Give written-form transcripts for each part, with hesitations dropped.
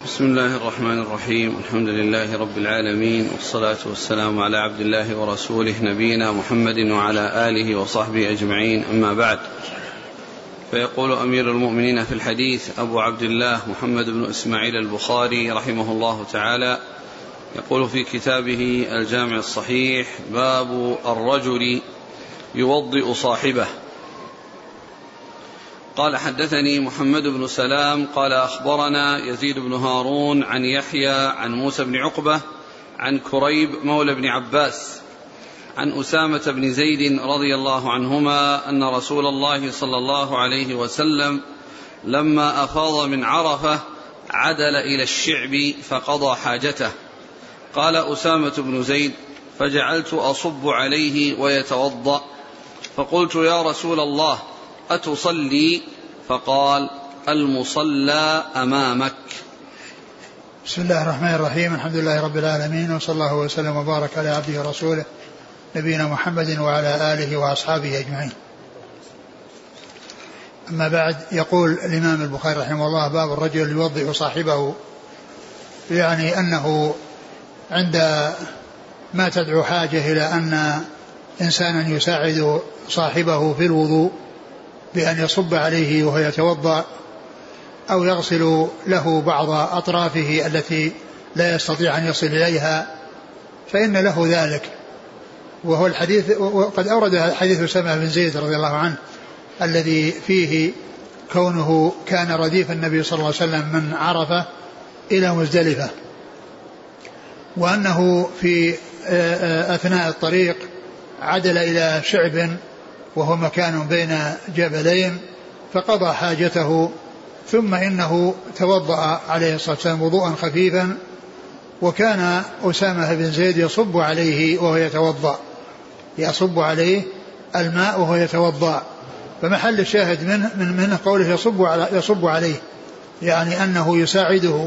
بسم الله الرحمن الرحيم. الحمد لله رب العالمين، والصلاة والسلام على عبد الله ورسوله نبينا محمد وعلى آله وصحبه أجمعين، أما بعد. فيقول أمير المؤمنين في الحديث أبو عبد الله محمد بن إسماعيل البخاري رحمه الله تعالى، يقول في كتابه الجامع الصحيح: باب الرجل يوضئ صاحبه. قال: حدثني محمد بن سلام قال: أخبرنا يزيد بن هارون عن يحيى عن موسى بن عقبة عن كريب مولى بن عباس عن أسامة بن زيد رضي الله عنهما أن رسول الله صلى الله عليه وسلم لما أفاض من عرفة عدل إلى الشعب فقضى حاجته. قال أسامة بن زيد: فجعلت أصب عليه ويتوضأ، فقلت: يا رسول الله أتصلي؟ فقال: المصلى أمامك. بسم الله الرحمن الرحيم. الحمد لله رب العالمين، وصلى الله وسلم وبارك على عبده ورسوله نبينا محمد وعلى آله وأصحابه أجمعين. أما بعد، يقول الإمام البخاري رحمه الله: باب الرجل يوضئ صاحبه، يعني أنه عند ما تدعو حاجة إلى أن إنسانا يساعد صاحبه في الوضوء بأن يصب عليه وهو يتوضأ، أو يغسل له بعض أطرافه التي لا يستطيع أن يصل إليها، فإن له ذلك. وهو الحديث، وقد أورد حديث أسامة بن زيد رضي الله عنه الذي فيه كونه كان رديف النبي صلى الله عليه وسلم من عرفة إلى مزدلفة، وأنه في أثناء الطريق عدل إلى شعب وهو مكان بين جبلين فقضى حاجته، ثم إنه توضأ عليه الصلاة والسلام وضوءا خفيفا، وكان أسامة بن زيد يصب عليه وهو يتوضأ، يصب عليه الماء وهو يتوضأ. فمحل الشاهد منه قوله يصب عليه، يعني أنه يساعده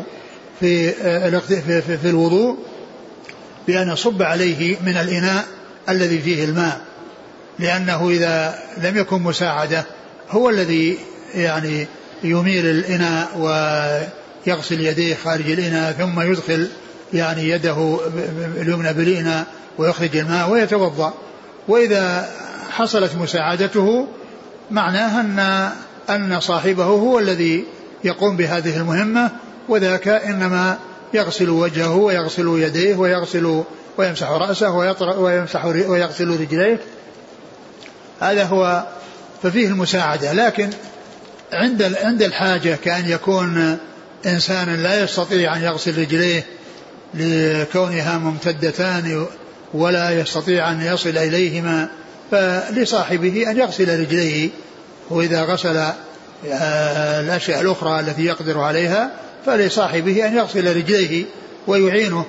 في الوضوء بأن يصب عليه من الإناء الذي فيه الماء، لأنه إذا لم يكن مساعدة هو الذي يعني يميل الإناء ويغسل يديه خارج الإناء، ثم يدخل يعني يده اليمنى بالإناء ويخرج الماء ويتوضأ. وإذا حصلت مساعدته معناها أن صاحبه هو الذي يقوم بهذه المهمة، وذاك إنما يغسل وجهه ويغسل يديه ويمسح رأسه ويغسل رجليه، هذا هو، ففيه المساعدة. لكن عند الحاجة كأن يكون إنسانا لا يستطيع أن يغسل رجليه لكونها ممتدتان ولا يستطيع أن يصل إليهما، فلصاحبه أن يغسل رجليه، وإذا غسل الأشياء الأخرى التي يقدر عليها فلصاحبه أن يغسل رجليه ويعينه.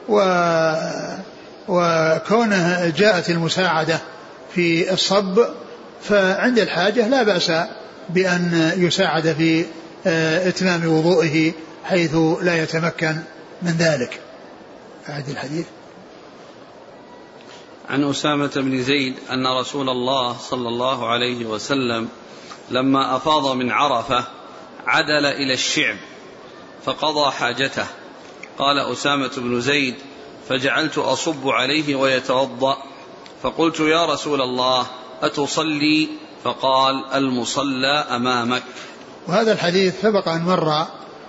وكونه جاءت المساعدة في الصب، فعند الحاجة لا بأس بأن يساعد في إتمام وضوئه حيث لا يتمكن من ذلك. أعد الحديث. عن أسامة بن زيد أن رسول الله صلى الله عليه وسلم لما أفاض من عرفة عدل إلى الشعب فقضى حاجته. قال أسامة بن زيد: فجعلت أصب عليه ويتوضأ، فقلت: يا رسول الله أتصلي؟ فقال: المصلى أمامك. وهذا الحديث سبق أن مر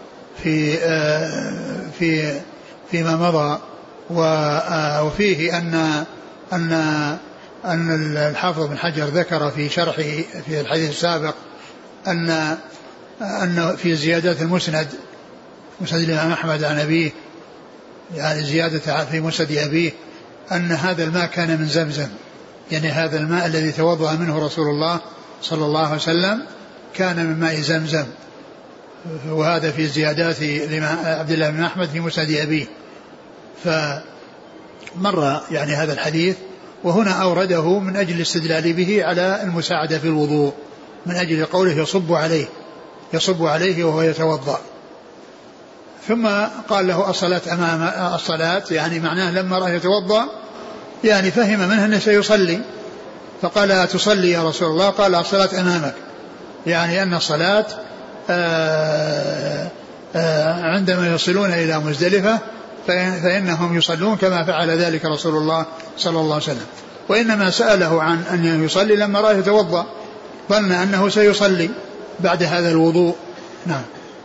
فيما مضى، وفيه أن الحافظ بن حجر ذكر في شرحه في الحديث السابق أن في زيادات المسند، مسند الإمام أحمد عن أبيه، يعني زيادة في مسند أبيه، أن هذا الماء كان من زمزم، يعني هذا الماء الذي توضأ منه رسول الله صلى الله عليه وسلم كان من ماء زمزم، وهذا في زيادات عبد الله بن أحمد في مسند أبيه. فمر يعني هذا الحديث، وهنا أورده من أجل الاستدلال به على المساعدة في الوضوء، من أجل قوله يصب عليه وهو يتوضأ. ثم قال له: الصلاة أمام الصلاة، يعني معناه لما رأى يتوضأ يعني فهم منه أنه سيصلي، فقال: أتصلي يا رسول الله؟ قال: الصلاة أمامك، يعني أن الصلاة عندما يصلون إلى مزدلفة فإنهم يصلون كما فعل ذلك رسول الله صلى الله عليه وسلم. وإنما سأله عن أن يصلي لما رأى يتوضأ، ظن أنه سيصلي بعد هذا الوضوء. نعم.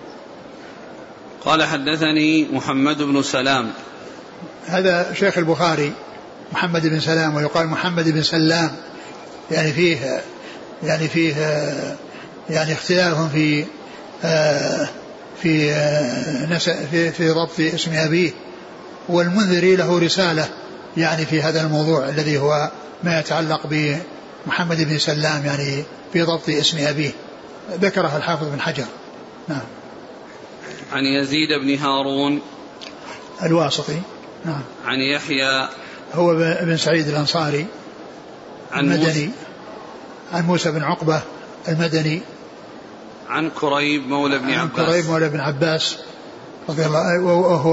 قال حدثني محمد بن سلام، هذا شيخ البخاري محمد بن سلام، ويقال محمد بن سلام، يعني فيه يعني اختلاف في ضبط اسم أبيه. والمنذري له رسالة يعني في هذا الموضوع الذي هو ما يتعلق بمحمد بن سلام، يعني في ضبط اسم أبيه، ذكره الحافظ بن حجر. نعم. عن يزيد بن هارون الواسطي. نعم. عن يحيى هو بن سعيد الأنصاري المدني، عن موسى بن عقبة المدني، عن كريب مولى بن عباس، عن كريب مولى بن عباس رضي الله،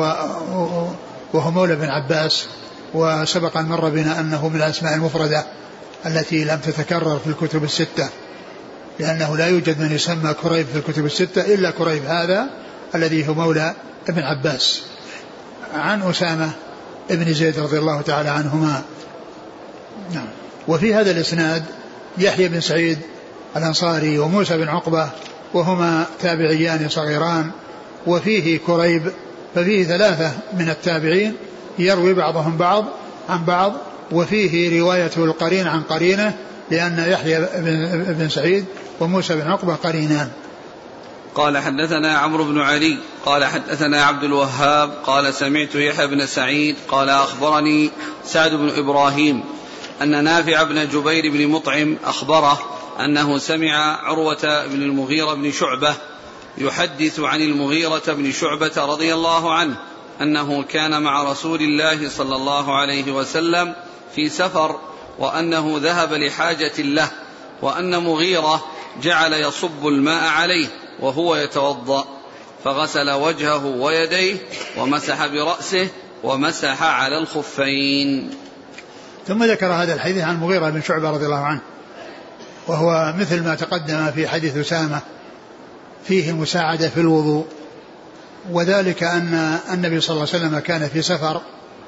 وهو مولى بن عباس. وسبق أن مر بنا أنه من الأسماء المفردة التي لم تتكرر في الكتب الستة، لأنه لا يوجد من يسمى كريب في الكتب الستة إلا كريب هذا الذي هو مولى ابن عباس. عن أسامة ابن زيد رضي الله تعالى عنهما. نعم. وفي هذا الإسناد يحيى بن سعيد الأنصاري وموسى بن عقبة، وهما تابعيان صغيران، وفيه كريب، ففيه ثلاثة من التابعين يروي بعضهم بعض عن بعض، وفيه روايته القرين عن قرينه، لأن يحيى بن سعيد وموسى بن عقبة قرينان. قال حدثنا عمرو بن علي قال حدثنا عبد الوهاب قال سمعت يحيى بن سعيد قال أخبرني سعد بن إبراهيم أن نافع بن جبير بن مطعم أخبره أنه سمع عروة بن المغيرة بن شعبة يحدث عن المغيرة بن شعبة رضي الله عنه أنه كان مع رسول الله صلى الله عليه وسلم في سفر، وأنه ذهب لحاجة له، وأن مغيرة جعل يصب الماء عليه وهو يتوضأ، فغسل وجهه ويديه ومسح برأسه ومسح على الخفين. ثم ذكر هذا الحديث عن مغيرة بن شعبة رضي الله عنه، وهو مثل ما تقدم في حديث أسامة، فيه المساعدة في الوضوء، وذلك أن النبي صلى الله عليه وسلم كان في سفر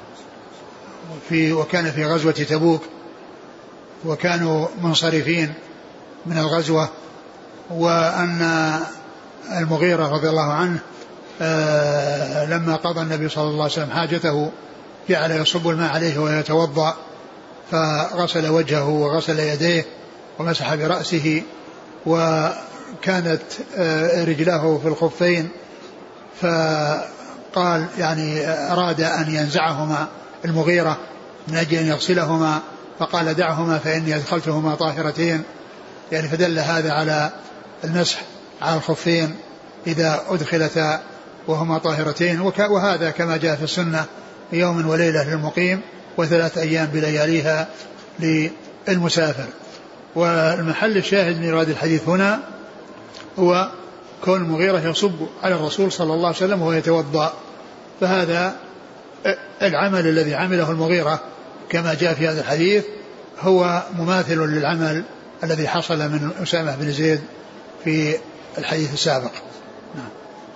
وكان في غزوة تبوك، وكانوا منصرفين من الغزوة، وأن المغيرة رضي الله عنه لما قضى النبي صلى الله عليه وسلم حاجته جعل يصب الماء عليه ويتوضأ، فغسل وجهه وغسل يديه ومسح برأسه، وكانت رجلاه في الخفين، فقال يعني أراد أن ينزعهما المغيرة من أجل أن يغسلهما، فقال دعهما فإني أدخلتهما طاهرتين، يعني فدل هذا على المسح على الخفين إذا أدخلتا وهما طاهرتين. وهذا كما جاء في السنة يوم وليلة للمقيم و3 أيام بلياليها للمسافر. والمحل الشاهد من إرادة الحديث هنا هو كون المغيرة يصب على الرسول صلى الله عليه وسلم وهو يتوضأ، فهذا العمل الذي عمله المغيرة كما جاء في هذا الحديث هو مماثل للعمل الذي حصل من أسامة بن زيد في الحديث السابق. نعم.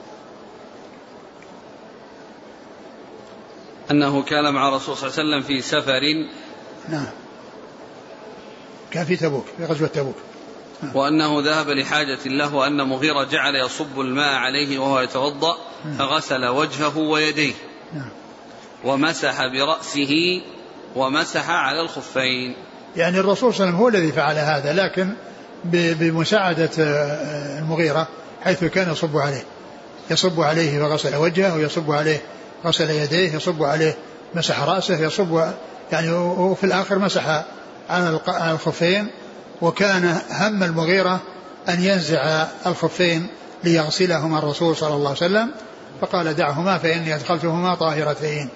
أنه كان مع الرسول صلى الله عليه وسلم في سفر. نعم. كان في تبوك، في غزوة تبوك. نعم. وأنه ذهب لحاجة له، وأن مغيرة جعل يصب الماء عليه وهو يتوضأ، فغسل وجهه ويديه. نعم. ومسح برأسه ومسح على الخفين. يعني الرسول صلى الله عليه وسلم هو الذي فعل هذا، لكن بمساعدة المغيرة، حيث كان يصب عليه فغسل وجهه، ويصب عليه غسل يديه، يصب عليه مسح رأسه، يصب يعني، وفي الآخر مسح على الخفين. وكان هم المغيرة أن ينزع الخفين ليغسلهما الرسول صلى الله عليه وسلم، فقال دعهما فإني أدخلتهما طاهرتين.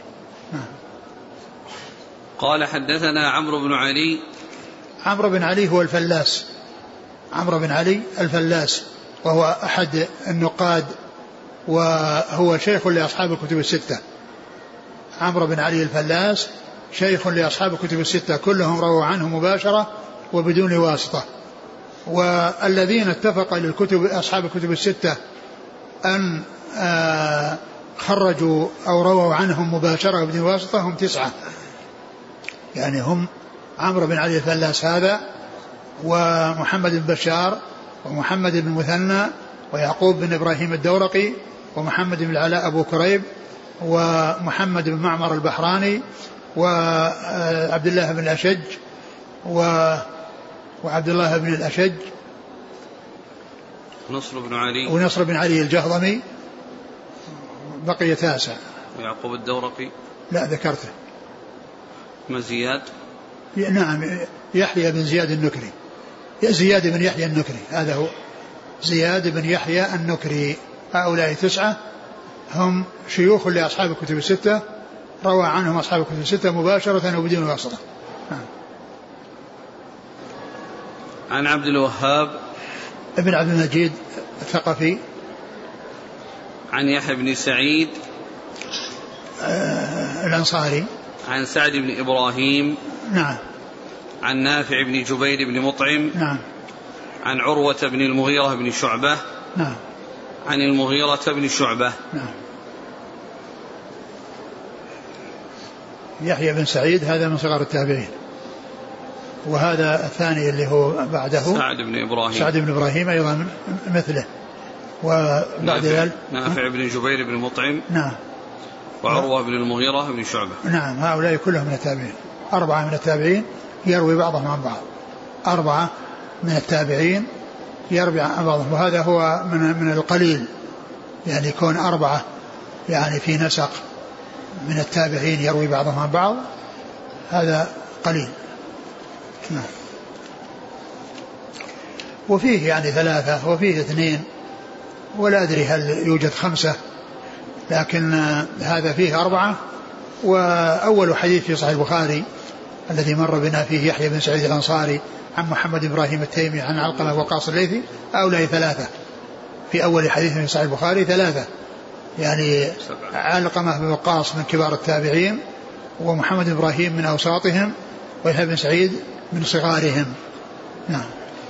قال حدثنا عمرو بن علي. عمرو بن علي هو الفلاس، عمرو بن علي الفلاس، وهو أحد النقاد، وهو شيخ لأصحاب الكتب الستة. عمرو بن علي الفلاس شيخ لأصحاب الكتب الستة، كلهم رووا عنه مباشرة وبدون واسطة. والذين اتفق للكتب أصحاب الكتب الستة أن خرجوا أو رووا عنهم مباشرة بدون واسطة هم 9، يعني هم عمرو بن علي الفلاس هذا، ومحمد بن بشار، ومحمد بن مثنى، ويعقوب بن إبراهيم الدورقي، ومحمد بن العلاء أبو كريب، ومحمد بن معمر البحراني، وعبد الله بن الأشج، وعبد الله بن الأشج، ونصر بن علي الجهضمي، بقي 9. ويعقوب الدورقي لا ذكرته. ما زياد؟ نعم يحيى بن زياد النكري، زياد بن يحيى النكري، هذا هو زياد بن يحيى النكري. هؤلاء 9 هم شيوخ لأصحاب الكتب الستة، روى عنهم أصحاب الكتب الستة مباشرة وبدون واسطة. عن عبد الوهاب ابن عبد المجيد الثقفي. عن يحيى بن سعيد الأنصاري. عن سعد بن إبراهيم. نعم. عن نافع بن جبير بن مطعم. نعم. عن عروة بن المغيرة بن شعبة. نعم. عن المغيرة بن شعبة. نعم. يحيى بن سعيد هذا من صغار التابعين، وهذا الثاني اللي هو بعده سعد بن إبراهيم أيضا مثله، وبعد ذلك نافع بن جبير بن مطعم. نعم. وعروة بن المغيرة بن شعبة. نعم. هؤلاء كلهم من التابعين، 4 من التابعين يروي بعضهم عن بعض، 4 من التابعين يروي عن بعضهم، وهذا هو من القليل، يعني يكون 4 يعني في نسق من التابعين يروي بعضهم عن بعض، هذا قليل. نعم. وفيه يعني 3 وفيه 2، ولا أدري هل يوجد 5، لكن هذا فيه 4. وأول حديث في صحيح البخاري الذي مر بنا فيه يحيى بن سعيد الأنصاري عن محمد إبراهيم التيمي عن علقمة وقاص الليثي، هؤلاء 3 في أول حديث في صحيح البخاري 3، يعني علقمة وقاص من كبار التابعين، ومحمد إبراهيم من أوساطهم، ويحيى بن سعيد من صغارهم. نعم.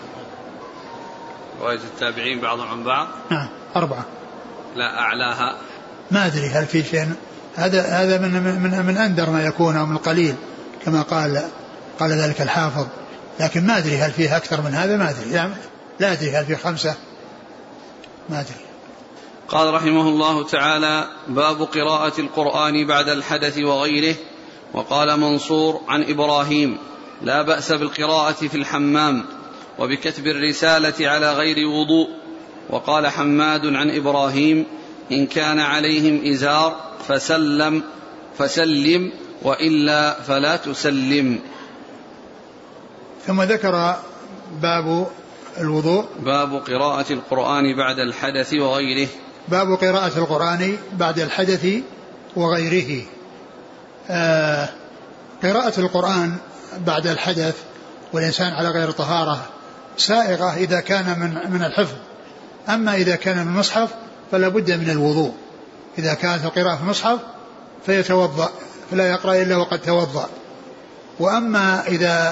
رواية التابعين بعضهم عن بعض. نعم 4. لا أعلاها ما أدري هل في شيء، هذا من أندر ما يكون أو من القليل كما قال ذلك الحافظ، لكن ما أدري هل فيه أكثر من هذا، ما أدري، يعني لا أدري هل فيه 5، ما أدري. قال رحمه الله تعالى: باب قراءة القرآن بعد الحدث وغيره. وقال منصور عن إبراهيم: لا بأس بالقراءة في الحمام وبكتب الرسالة على غير وضوء. وقال حماد عن إبراهيم: إن كان عليهم إزار فسلم وإلا فلا تسلم. ثم ذكر باب الوضوء، باب قراءة القرآن بعد الحدث وغيره. باب قراءة القرآن بعد الحدث وغيره. قراءة القرآن بعد الحدث والإنسان على غير طهارة سائغة إذا كان من الحفظ، أما إذا كان من المصحف فلا بد من الوضوء. إذا كانت القراءة في المصحف فيتوضأ، فلا يقرأ إلا وقد توضأ. وأما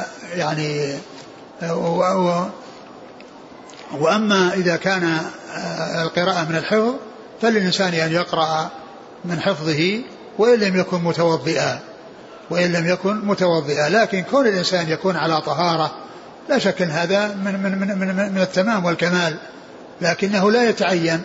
إذا كان القراءة من الحفظ فللإنسان أن يقرأ من حفظه وإن لم يكن متوضئا. لكن كون الإنسان يكون على طهارة لا شك أن هذا من التمام والكمال، لكنه لا يتعين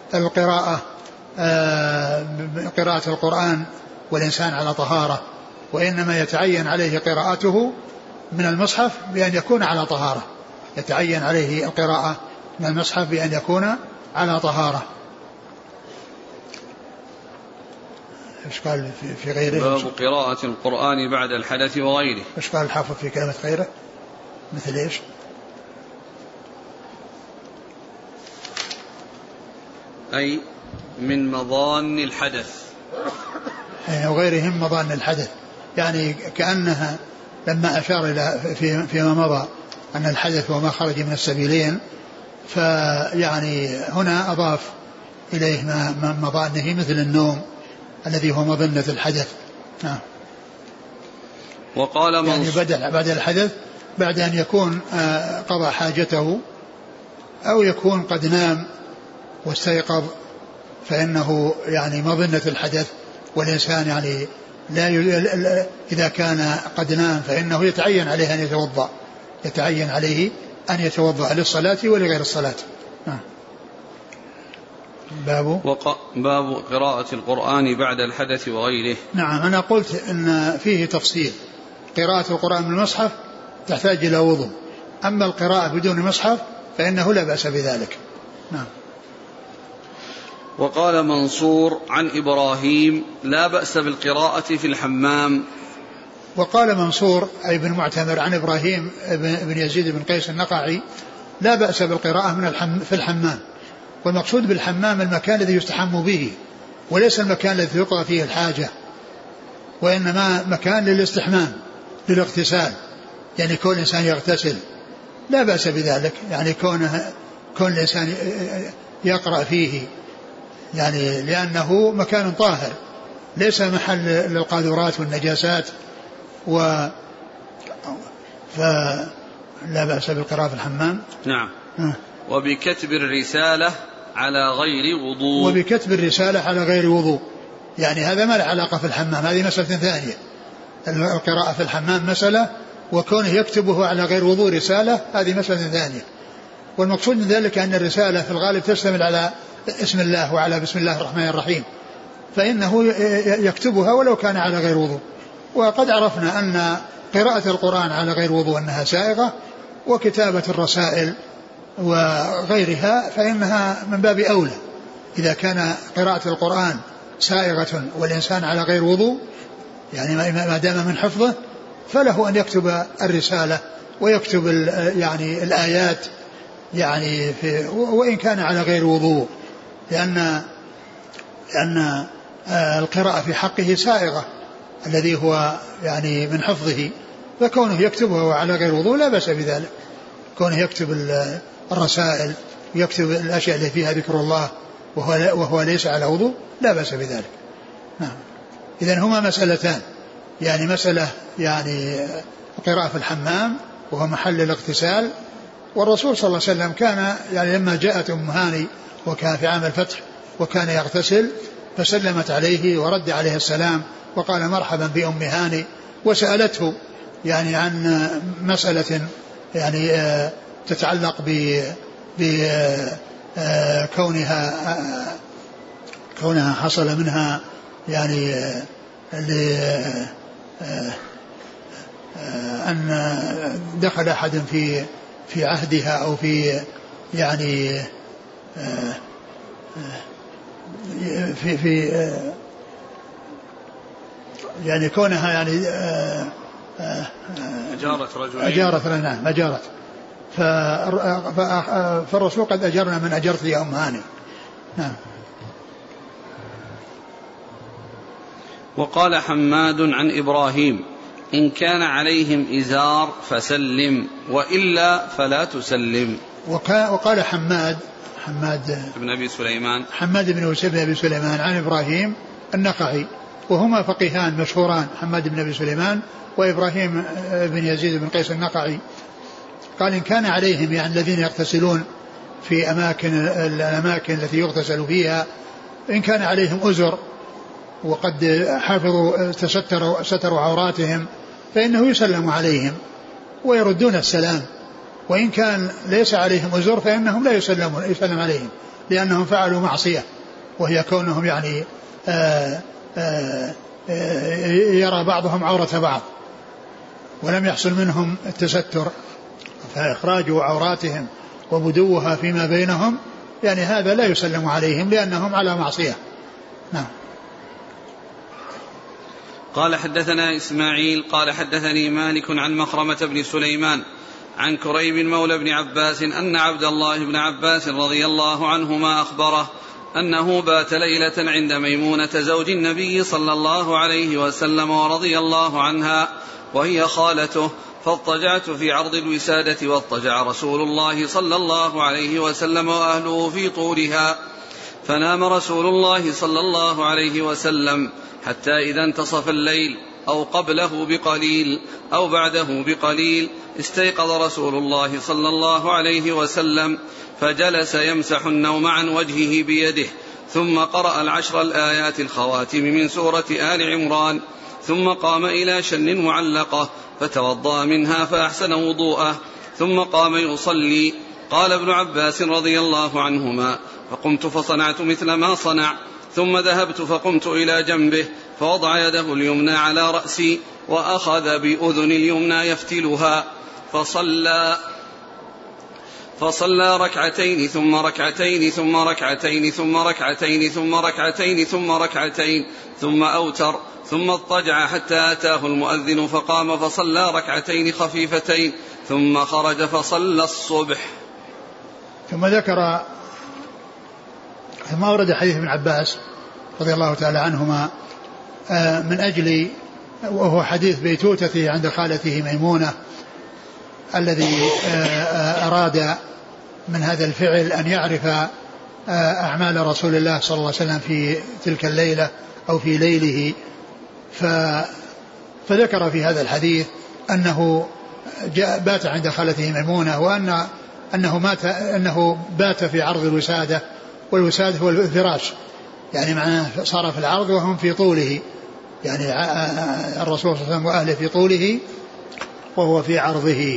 قراءة القرآن والإنسان على طهارة، وإنما يتعين عليه قراءته من المصحف بأن يكون على طهارة، يتعين عليه القراءة من المصحف بأن يكون على طهارة. إيش قال في غيره؟ باب قراءة القرآن بعد الحدث وغيره. إيش قال الحافظ في كلمة غيره؟ مثل إيش؟ أي من مظان الحدث، وغيرهم مظان الحدث، يعني كأنها لما أشار إلى فيما مضى أن الحدث وما خرج من السبيلين، فيعني هنا أضاف إليه ما مظانه مثل النوم الذي هو مظنة الحدث. نعم. وقال يعني بعد الحدث، بعد أن يكون قضى حاجته، أو يكون قد نام واستيقظ فإنه يعني مظنة الحدث، والإنسان يعني إذا كان قد نام فإنه يتعين عليه أن يتوضأ للصلاة ولغير الصلاة. باب قراءة القرآن بعد الحدث وغيره. نعم، أنا قلت إن فيه تفصيل. قراءة القرآن من المصحف تحتاج إلى وضوء، أما القراءة بدون مصحف فإنه لا بأس بذلك. نعم. وقال منصور عن إبراهيم: لا بأس بالقراءة في الحمام. وقال منصور أي بن معتمر عن إبراهيم بن يزيد بن قيس النقعي: لا بأس بالقراءة في الحمام. والمقصود بالحمام المكان الذي يستحم به، وليس المكان الذي يقضى فيه الحاجة، وإنما مكان للاستحمام للاغتسال، يعني كون الإنسان يغتسل لا بأس بذلك، يعني كون الإنسان يقرأ فيه، يعني لأنه مكان طاهر ليس محل للقاذورات والنجاسات، فلا بأس بالقراءة في الحمام. نعم. وبكتب الرسالة على غير وضوء. وبكتب الرسالة على غير وضوء، يعني هذا ما له علاقة في الحمام، هذه مسألة ثانية. القراءة في الحمام مسألة، وكونه يكتبه على غير وضوء رسالة هذه مسألة ثانية. والمقصود من ذلك أن الرسالة في الغالب تشتمل على اسم الله وعلى بسم الله الرحمن الرحيم، فإنه يكتبها ولو كان على غير وضوء. وقد عرفنا أن قراءة القرآن على غير وضوء أنها سائغة، وكتابة الرسائل وغيرها فإنها من باب أولى. إذا كان قراءة القرآن سائغة والإنسان على غير وضوء، يعني ما دام من حفظه، فله أن يكتب الرسالة ويكتب يعني الآيات، يعني وإن كان على غير وضوء، لأن القراءة في حقه سائغة الذي هو يعني من حفظه، فكونه يكتبه على غير وضوء لا بأس بذلك. كونه يكتب الرسائل ويكتب الأشياء التي فيها ذكر الله وهو ليس على وضوء لا بأس بذلك. نعم. إذن هما مسألتان، يعني مسألة يعني القراءة في الحمام وهو محل الاغتسال، والرسول صلى الله عليه وسلم كان يعني لما جاءت أم هاني وكان في عام الفتح وكان يغتسل فسلمت عليه ورد عليه السلام وقال مرحبا بأم هاني، وسألته يعني عن مسألة يعني تتعلق كونها حصل منها يعني أن دخل أحد في عهدها أو في يعني في يعني كونها يعني أجارت لنا أجارت، فالرسول قد أجرنا من أجرت يا أم هاني. نعم. وقال حماد عن إبراهيم: إن كان عليهم إزار فسلم، وإلا فلا تسلم. وقال حماد بن أبي سليمان عن إبراهيم النخعي، وهما فقيهان مشهوران، حماد بن أبي سليمان وإبراهيم بن يزيد بن قيس النخعي. قال: إن كان عليهم يعني الذين يغتسلون في الأماكن التي يغتسل فيها، إن كان عليهم أزر وقد حافظوا ستروا عوراتهم فإنه يسلم عليهم ويردون السلام، وإن كان ليس عليهم أزر فإنهم لا يسلم عليهم، لأنهم فعلوا معصية، وهي كونهم يعني يرى بعضهم عورة بعض ولم يحصل منهم التستر، فإخراج عوراتهم وبدوها فيما بينهم يعني هذا لا يسلم عليهم لأنهم على معصية. نعم. قال: حدثنا إسماعيل قال حدثني مالك عن مخرمة بن سليمان عن كريب مولى بن عباس أن عبد الله بن عباس رضي الله عنهما أخبره أنه بات ليلة عند ميمونة زوج النبي صلى الله عليه وسلم ورضي الله عنها وهي خالته، فاضطجعت في عرض الوسادة واضطجع رسول الله صلى الله عليه وسلم وأهله في طولها، فنام رسول الله صلى الله عليه وسلم حتى إذا انتصف الليل أو قبله بقليل أو بعده بقليل استيقظ رسول الله صلى الله عليه وسلم فجلس يمسح النوم عن وجهه بيده، ثم قرأ 10 الآيات الخواتم من سورة آل عمران، ثم قام إلى شن معلقة فتوضأ منها فأحسن وضوءه، ثم قام يصلي. قال ابن عباس رضي الله عنهما: فقمت فصنعت مثل ما صنع، ثم ذهبت فقمت إلى جنبه فوضع يده اليمنى على رأسي وأخذ بأذن اليمنى يفتلها، فصلى ركعتين ثم ركعتين ثم ركعتين ثم ركعتين ثم ركعتين ثم ركعتين ثم أوتر، ثم اضطجع حتى أتاه المؤذن فقام فصلى ركعتين خفيفتين، ثم خرج فصلى الصبح. ثم أورد حديث ابن عباس رضي الله تعالى عنهما من أجل، وهو حديث بيتوتته عند خالته ميمونة، الذي أراد من هذا الفعل أن يعرف أعمال رسول الله صلى الله عليه وسلم في تلك الليلة أو في ليله. فذكر في هذا الحديث أنه بات عند خالته ميمونة، أنه بات في عرض الوسادة، والوسادة هو الفراش، يعني معناه صار في العرض وهم في طوله، يعني الرسول صلى الله عليه وسلم وأهله في طوله وهو في عرضه.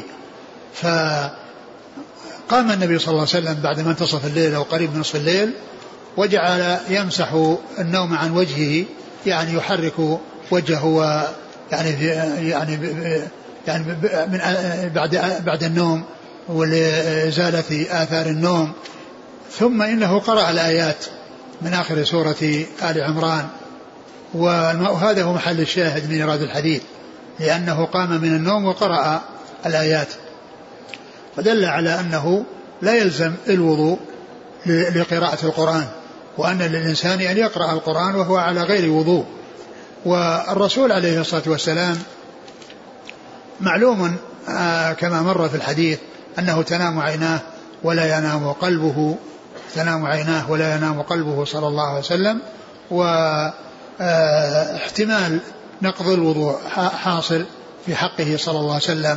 فقام النبي صلى الله عليه وسلم بعد ما انتصف الليل أو قريب من نصف الليل، وجعل يمسح النوم عن وجهه، يعني يحرك وجهه يعني من بعد النوم ولإزالة آثار النوم. ثم إنه قرأ الآيات من آخر سورة آل عمران، وهذا هو محل الشاهد من إيراد الحديث، لأنه قام من النوم وقرأ الآيات، فدل على أنه لا يلزم الوضوء لقراءة القرآن، وأن للإنسان أن يقرأ القرآن وهو على غير وضوء. والرسول عليه الصلاة والسلام معلوم كما مر في الحديث أنه تنام عيناه ولا ينام قلبه، صلى الله عليه وسلم. واحتمال نقض الوضوء حاصل في حقه صلى الله عليه وسلم،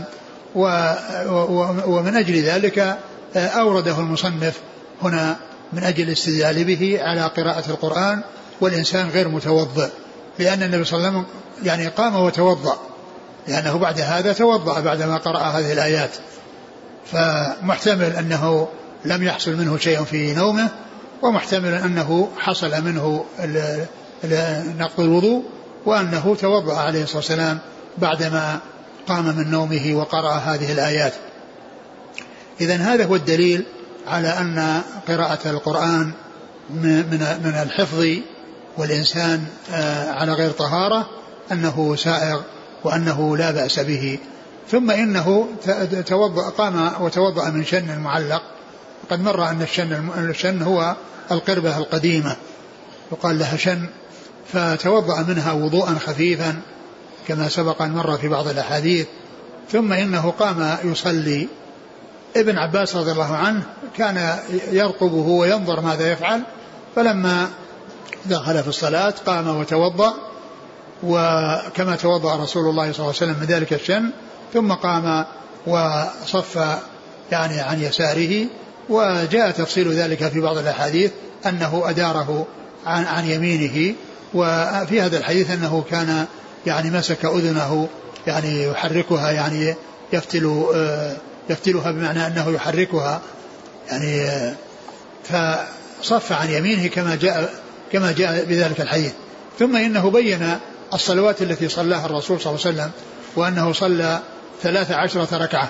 ومن أجل ذلك أورده المصنف هنا من أجل الاستدلال به على قراءة القرآن والإنسان غير متوضئ، لأن النبي صلى الله عليه وسلم يعني قام وتوضأ، لأنه بعد هذا توضأ بعدما قرأ هذه الآيات، فمحتمل أنه لم يحصل منه شيء في نومه، ومحتمل أنه حصل منه نقض الوضوء، وأنه توضأ عليه الصلاة والسلام بعدما قام من نومه وقرأ هذه الآيات. إذن هذا هو الدليل على أن قراءة القرآن من الحفظ والإنسان على غير طهارة أنه سائغ وأنه لا بأس به. ثم إنه قام وتوضأ من شن معلق. قد مر أن الشن هو القربة القديمة يقال لها شن، فتوضأ منها وضوءا خفيفا كما سبق أن مر في بعض الأحاديث. ثم إنه قام يصلي. ابن عباس رضي الله عنه كان يرقبه وينظر ماذا يفعل، فلما دخل في الصلاة قام وتوضأ، وكما توضأ رسول الله صلى الله عليه وسلم من ذلك الشن، ثم قام وصف يعني عن يساره. وجاء تفصيل ذلك في بعض الأحاديث أنه أداره عن يمينه. وفي هذا الحديث أنه كان يعني مسك أذنه، يعني يحركها، يعني يفتلها بمعنى أنه يحركها، يعني فصف عن يمينه كما جاء بذلك الحديث. ثم إنه بين الصلوات التي صلاها الرسول صلى الله عليه وسلم، وأنه صلى 13 ركعة،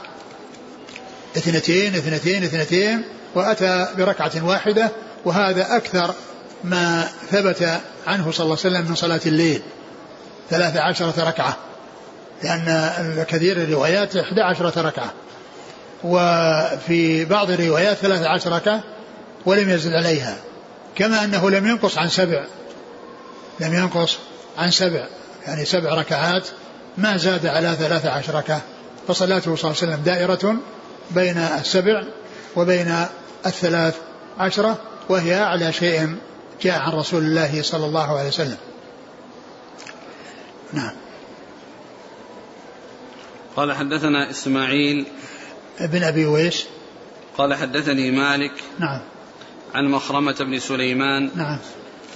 2 وأتى بركعة واحدة، وهذا أكثر ما ثبت عنه صلى الله عليه وسلم من صلاة الليل، 13 ركعة، لأن كثير الروايات 11 ركعة، وفي بعض الروايات 13 ركعة ولم يزد عليها. كما أنه لم ينقص عن 7 يعني 7 ركعات، ما زاد على 13 ركعة. فصلاته صلى الله عليه وسلم دائرة بين 7 وبين 13، وهي أعلى شيء جاء عن رسول الله صلى الله عليه وسلم. نعم. قال حدثنا إسماعيل ابن أبي ويس قال حدثني مالك نعم عن مخرمة بن سليمان نعم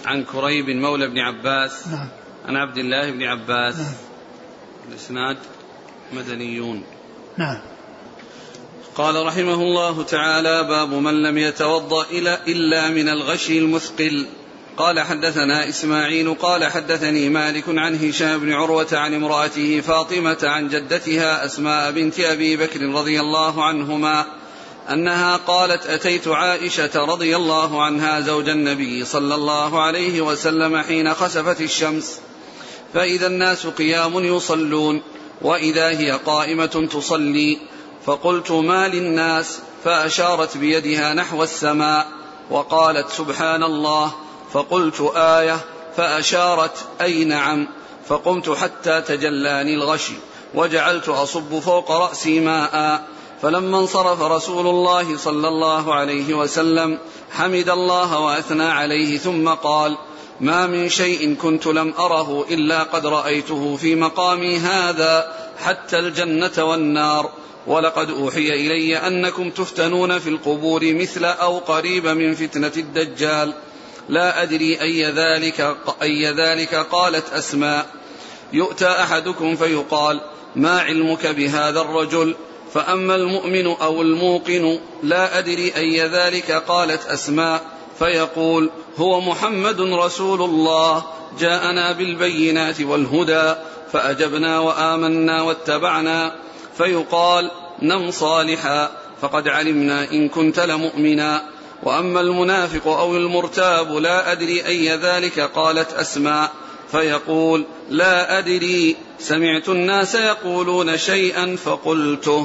عن كريب مولى بن عباس. نعم. عن عبد الله بن عباس. نعم. الإسناد مدنيون. نعم. قال رحمه الله تعالى: باب من لم يتوضأ إلا من الغشي المثقل. قال حدثنا إسماعيل قال حدثني مالك عن هشام بن عروة عن امرأته فاطمة عن جدتها أسماء بنت أبي بكر رضي الله عنهما أنها قالت: أتيت عائشة رضي الله عنها زوج النبي صلى الله عليه وسلم حين خسفت الشمس، فإذا الناس قيام يصلون وإذا هي قائمة تصلي، فقلت: ما للناس؟ فأشارت بيدها نحو السماء وقالت: سبحان الله. فقلت: آية؟ فأشارت: أي نعم. فقمت حتى تجلاني الغشي وجعلت أصب فوق رأسي ماء، فلما انصرف رسول الله صلى الله عليه وسلم حمد الله وأثنى عليه ثم قال: ما من شيء كنت لم أره إلا قد رأيته في مقامي هذا حتى الجنة والنار، ولقد أوحي إلي أنكم تفتنون في القبور مثل أو قريب من فتنة الدجال، لا أدري أي ذلك قالت أسماء: يؤتى أحدكم فيقال: ما علمك بهذا الرجل؟ فأما المؤمن أو الموقن لا أدري أي ذلك قالت أسماء، فيقول: هو محمد رسول الله جاءنا بالبينات والهدى فأجبنا وآمنا واتبعنا، فيقال: نم صالحا فقد علمنا إن كنت لمؤمنا. وأما المنافق أو المرتاب لا أدري أي ذلك قالت أسماء، فيقول: لا أدري، سمعت الناس يقولون شيئا فقلته.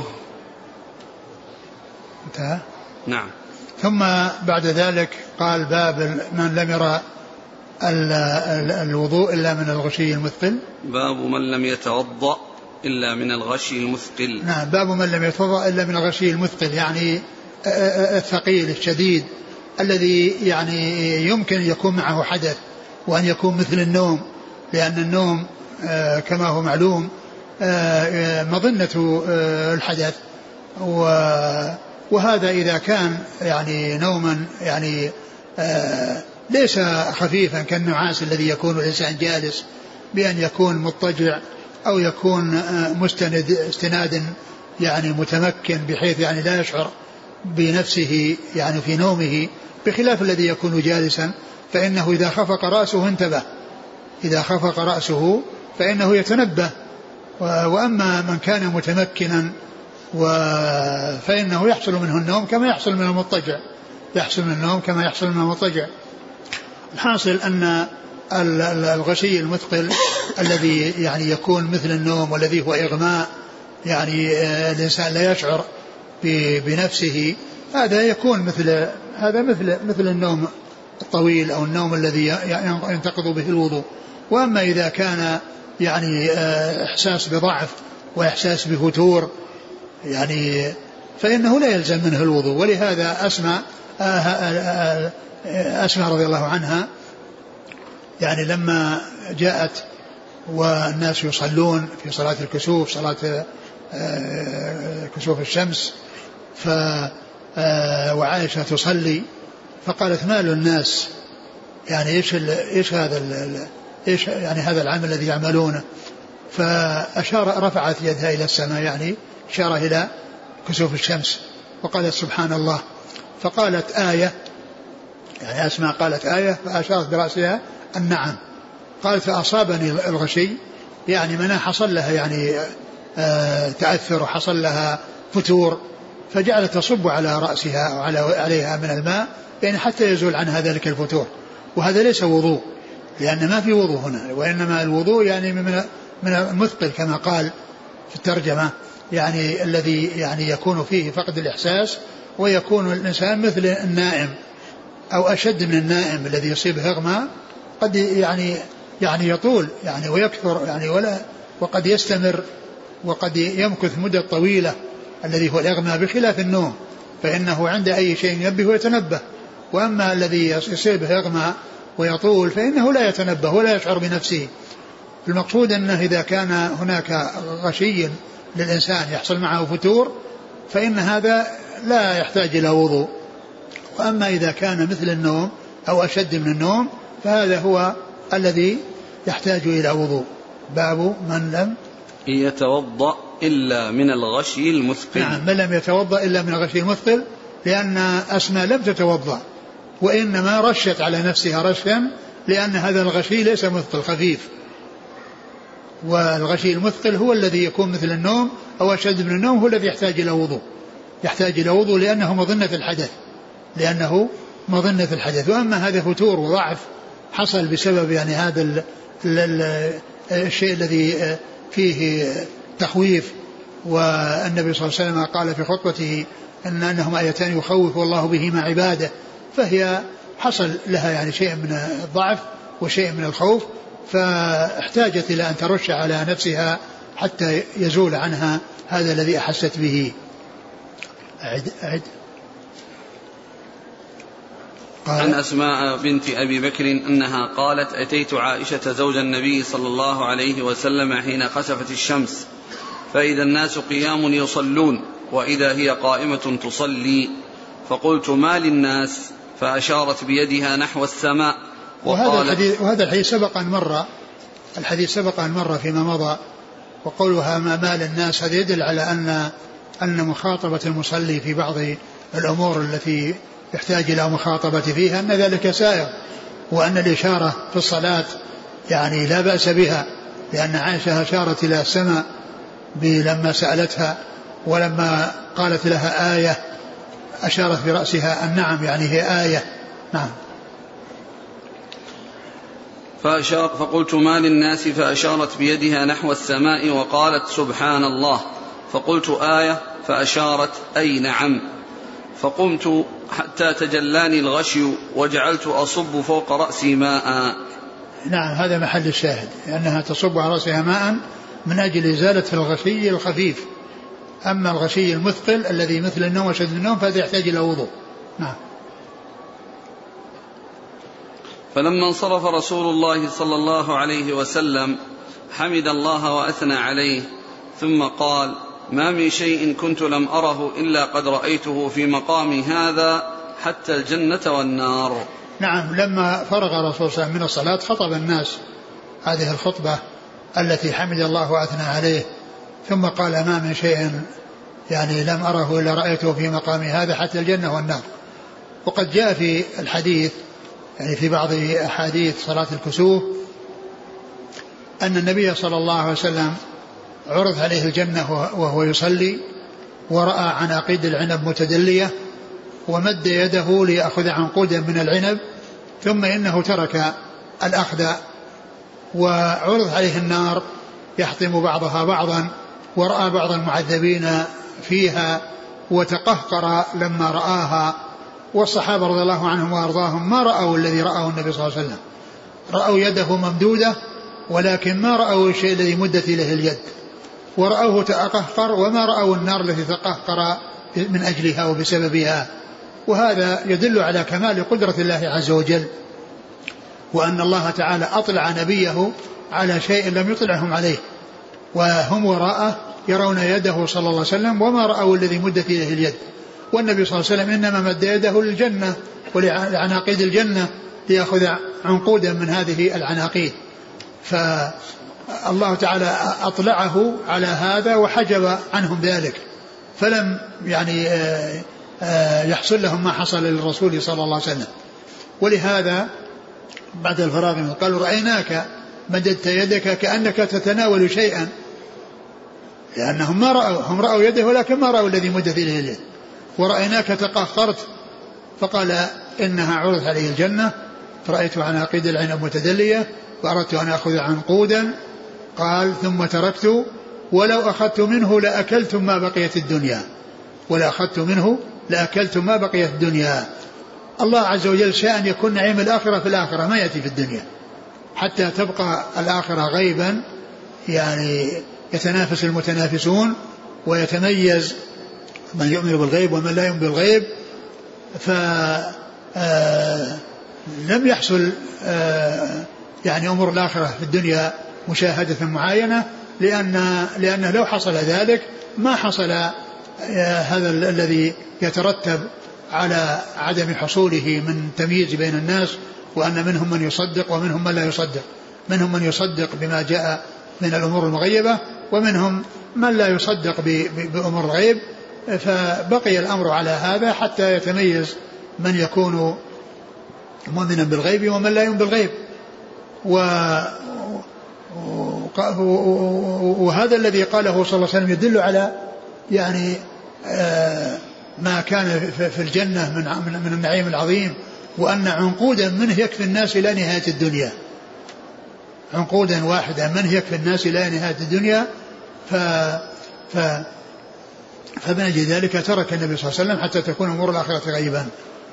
انتهى. نعم. ثم بعد ذلك قال: باب من لم يرى الوضوء إلا من الغشي المثقل. باب من لم يتوضأ إلا من الغشي المثقل. نعم. باب من لم يتوضأ إلا من الغشي المثقل، يعني الثقيل الشديد الذي يعني يمكن يكون معه حدث، وأن يكون مثل النوم، لأن النوم كما هو معلوم مظنة الحدث، وهذا إذا كان يعني نوما يعني ليس خفيفا كالنعاس الذي يكون الإنسان جالس، بأن يكون مضطجع أو يكون مستند استناد يعني متمكن بحيث يعني لا يشعر بنفسه يعني في نومه، بخلاف الذي يكون جالسا فإنه إذا خفق رأسه انتبه، إذا خفق رأسه فإنه يتنبه. وأما من كان متمكنا فإنه يحصل منه النوم كما يحصل من المضطجع، يحصل من النوم كما يحصل من المضطجع. الحاصل أن الغشي المثقل الذي يعني يكون مثل النوم والذي هو إغماء، يعني الإنسان لا يشعر بنفسه، هذا يكون مثل النوم الطويل أو النوم الذي ينتقض به الوضوء. وأما إذا كان يعني إحساس بضعف وإحساس بفتور يعني فإنه لا يلزم منه الوضوء. ولهذا أسماء رضي الله عنها يعني لما جاءت والناس يصلون في صلاة الكسوف، صلاة كسوف الشمس، وعائشة تصلي، فقالت: مال الناس؟ يعني إيش يعني هذا العمل الذي يعملونه؟ فأشار، رفعت يدها إلى السماء يعني إشارة إلى كسوف الشمس، وقالت: سبحان الله. فقالت: آية، يعني أسماء قالت: آية، فأشارت برأسها النعم. قالت: فأصابني الغشي، يعني منها حصل لها يعني تأثر وحصل لها فتور، فجعلت تصب على رأسها أو عليها من الماء يعني حتى يزول عنها ذلك الفتور. وهذا ليس وضوء، لأن ما في وضوء هنا، وإنما الوضوء يعني من المثقل كما قال في الترجمة، يعني الذي يعني يكون فيه فقد الإحساس، ويكون الإنسان مثل النائم أو أشد من النائم الذي يصيبه إغماء، قد يعني يطول يعني ويكثر يعني وقد يستمر وقد يمكث مدة طويلة الذي هو الإغماء، بخلاف النوم فإنه عند أي شيء ينبه ويتنبه. وأما الذي يصيبه إغماء ويطول فإنه لا يتنبه ولا يشعر بنفسه. المقصود أنه إذا كان هناك غشي للإنسان يحصل معه فتور فإن هذا لا يحتاج إلى وضوء. وأما إذا كان مثل النوم أو أشد من النوم فهذا هو الذي يحتاج إلى وضوء. باب من لم يتوضأ إلا من الغشي المثقل. نعم، من لم يتوضأ إلا من الغشي المثقل، لأن أسماء لم تتوضأ وإنما رشت على نفسها رشا، لأن هذا الغشي ليس مثقل، خفيف. والغشي المثقل هو الذي يكون مثل النوم أو أشد من النوم، هو الذي يحتاج إلى وضوء لأنه مظنة الحدث. وأما هذا فتور وضعف حصل بسبب يعني هذا الشيء الذي فيه تخويف، والنبي صلى الله عليه وسلم قال في خطبته أنهما آيتان يخوف الله بهما عباده، فهي حصل لها يعني شيء من الضعف وشيء من الخوف، فاحتاجت إلى أن ترش على نفسها حتى يزول عنها هذا الذي أحست به. أعد. عن أسماء بنت أبي بكر أنها قالت: أتيت عائشة زوج النبي صلى الله عليه وسلم حين خسفت الشمس، فإذا الناس قيام يصلون وإذا هي قائمة تصلي، فقلت: ما للناس؟ فأشارت بيدها نحو السماء. وهذا الحديث سبق أن مر فيما مضى. وقولها ما للناس هذا يدل على أن مخاطبة المصلي في بعض الأمور التي يحتاج إلى مخاطبة فيها أن ذلك سائغ، وأن الإشارة في الصلاة يعني لا بأس بها، لأن عائشة أشارت إلى السماء لما سألتها، ولما قالت لها آية أشارت برأسها النعم، يعني هي آية. نعم. فقلت: ما للناس؟ فأشارت بيدها نحو السماء وقالت: سبحان الله. فقلت: آية؟ فأشارت: أي نعم. فقمت حتى تجلاني الغشي وجعلت أصب فوق رأسي ماء. نعم، هذا محل الشاهد، لأنها تصب على رأسها ماء من أجل إزالة الغشي الخفيف. أما الغشي المثقل الذي مثل النوم وشد النوم فهذا يحتاج إلى وضوء. نعم. فلما انصرف رسول الله صلى الله عليه وسلم حمد الله وأثنى عليه، ثم قال: ما من شيء كنت لم أره إلا قد رأيته في مقام هذا حتى الجنة والنار. نعم، لما فرغ الرسول صلى الله عليه وسلم من الصلاة خطب الناس هذه الخطبة التي حمد الله وأثنى عليه، ثم قال: ما من شيء يعني لم أره إلا رأيته في مقام هذا حتى الجنة والنار. وقد جاء في الحديث يعني في بعض أحاديث صلاة الكسوف أن النبي صلى الله عليه وسلم عرض عليه الجنة وهو يصلي، ورأى عناقيد العنب متدلية، ومد يده ليأخذ عنقودا من العنب، ثم إنه ترك الأخذ، وعرض عليه النار يحطم بعضها بعضا، ورأى بعض المعذبين فيها وتقهقر لما رآها. والصحابة رضي الله عنهم وأرضاهم ما رأوا الذي رأوا النبي صلى الله عليه وسلم، رأوا يده ممدودة ولكن ما رأوا الشيء الذي مدت إليه اليد، ورأوه تقهقر وما رأوا النار التي تقهقر من أجلها وبسببها. وهذا يدل على كمال قدرة الله عز وجل، وأن الله تعالى أطلع نبيه على شيء لم يطلعهم عليه، وهم وراءه يرون يده صلى الله عليه وسلم وما رأوا الذي مدت إليه اليد. والنبي صلى الله عليه وسلم إنما مد يده للجنة ولعناقيد الجنة ليأخذ عنقودا من هذه العناقيد، فالله تعالى أطلعه على هذا وحجب عنهم ذلك، فلم يعني يحصل لهم ما حصل للرسول صلى الله عليه وسلم. ولهذا بعد الفراغ قالوا: رأيناك مددت يدك كأنك تتناول شيئا، لأنهم ما رأوا، هم رأوا يده ولكن ما رأوا الذي مدت إليه اليد. ورأيناك تقهقرت، فقال: إنها عرضت عليه الجنة فرأيت عناقيد العنب متدلية وأردت أن أخذ عنقودا، قال: ثم تركت ولو أخذت منه لأكلتم ما بقيت الدنيا، ولا أخذت منه لأكلتم ما بقيت الدنيا. الله عز وجل شاء أن يكون نعيم الآخرة في الآخرة، ما يأتي في الدنيا، حتى تبقى الآخرة غيبا، يعني يتنافس المتنافسون ويتميز من يؤمن بالغيب ومن لا يؤمن بالغيب. فلم يحصل يعني أمور الآخرة في الدنيا مشاهدة معاينة، لأنه لو حصل ذلك ما حصل هذا الذي يترتب على عدم حصوله من تمييز بين الناس وأن منهم من يصدق ومنهم من لا يصدق، منهم من يصدق بما جاء من الأمور المغيبة ومنهم من لا يصدق بأمور الغيب. فبقي الأمر على هذا حتى يتميز من يكون مؤمنا بالغيب ومن لا يؤمن بالغيب. وهذا الذي قاله صلى الله عليه وسلم يدل على يعني ما كان في الجنة من النعيم العظيم، وأن عنقودا منه يكفي الناس إلى نهاية الدنيا، عنقودا واحدا منه يكفي الناس إلى نهاية الدنيا. فمن أجل ذلك ترك النبي صلى الله عليه وسلم حتى تكون أمور الآخرة غيبا.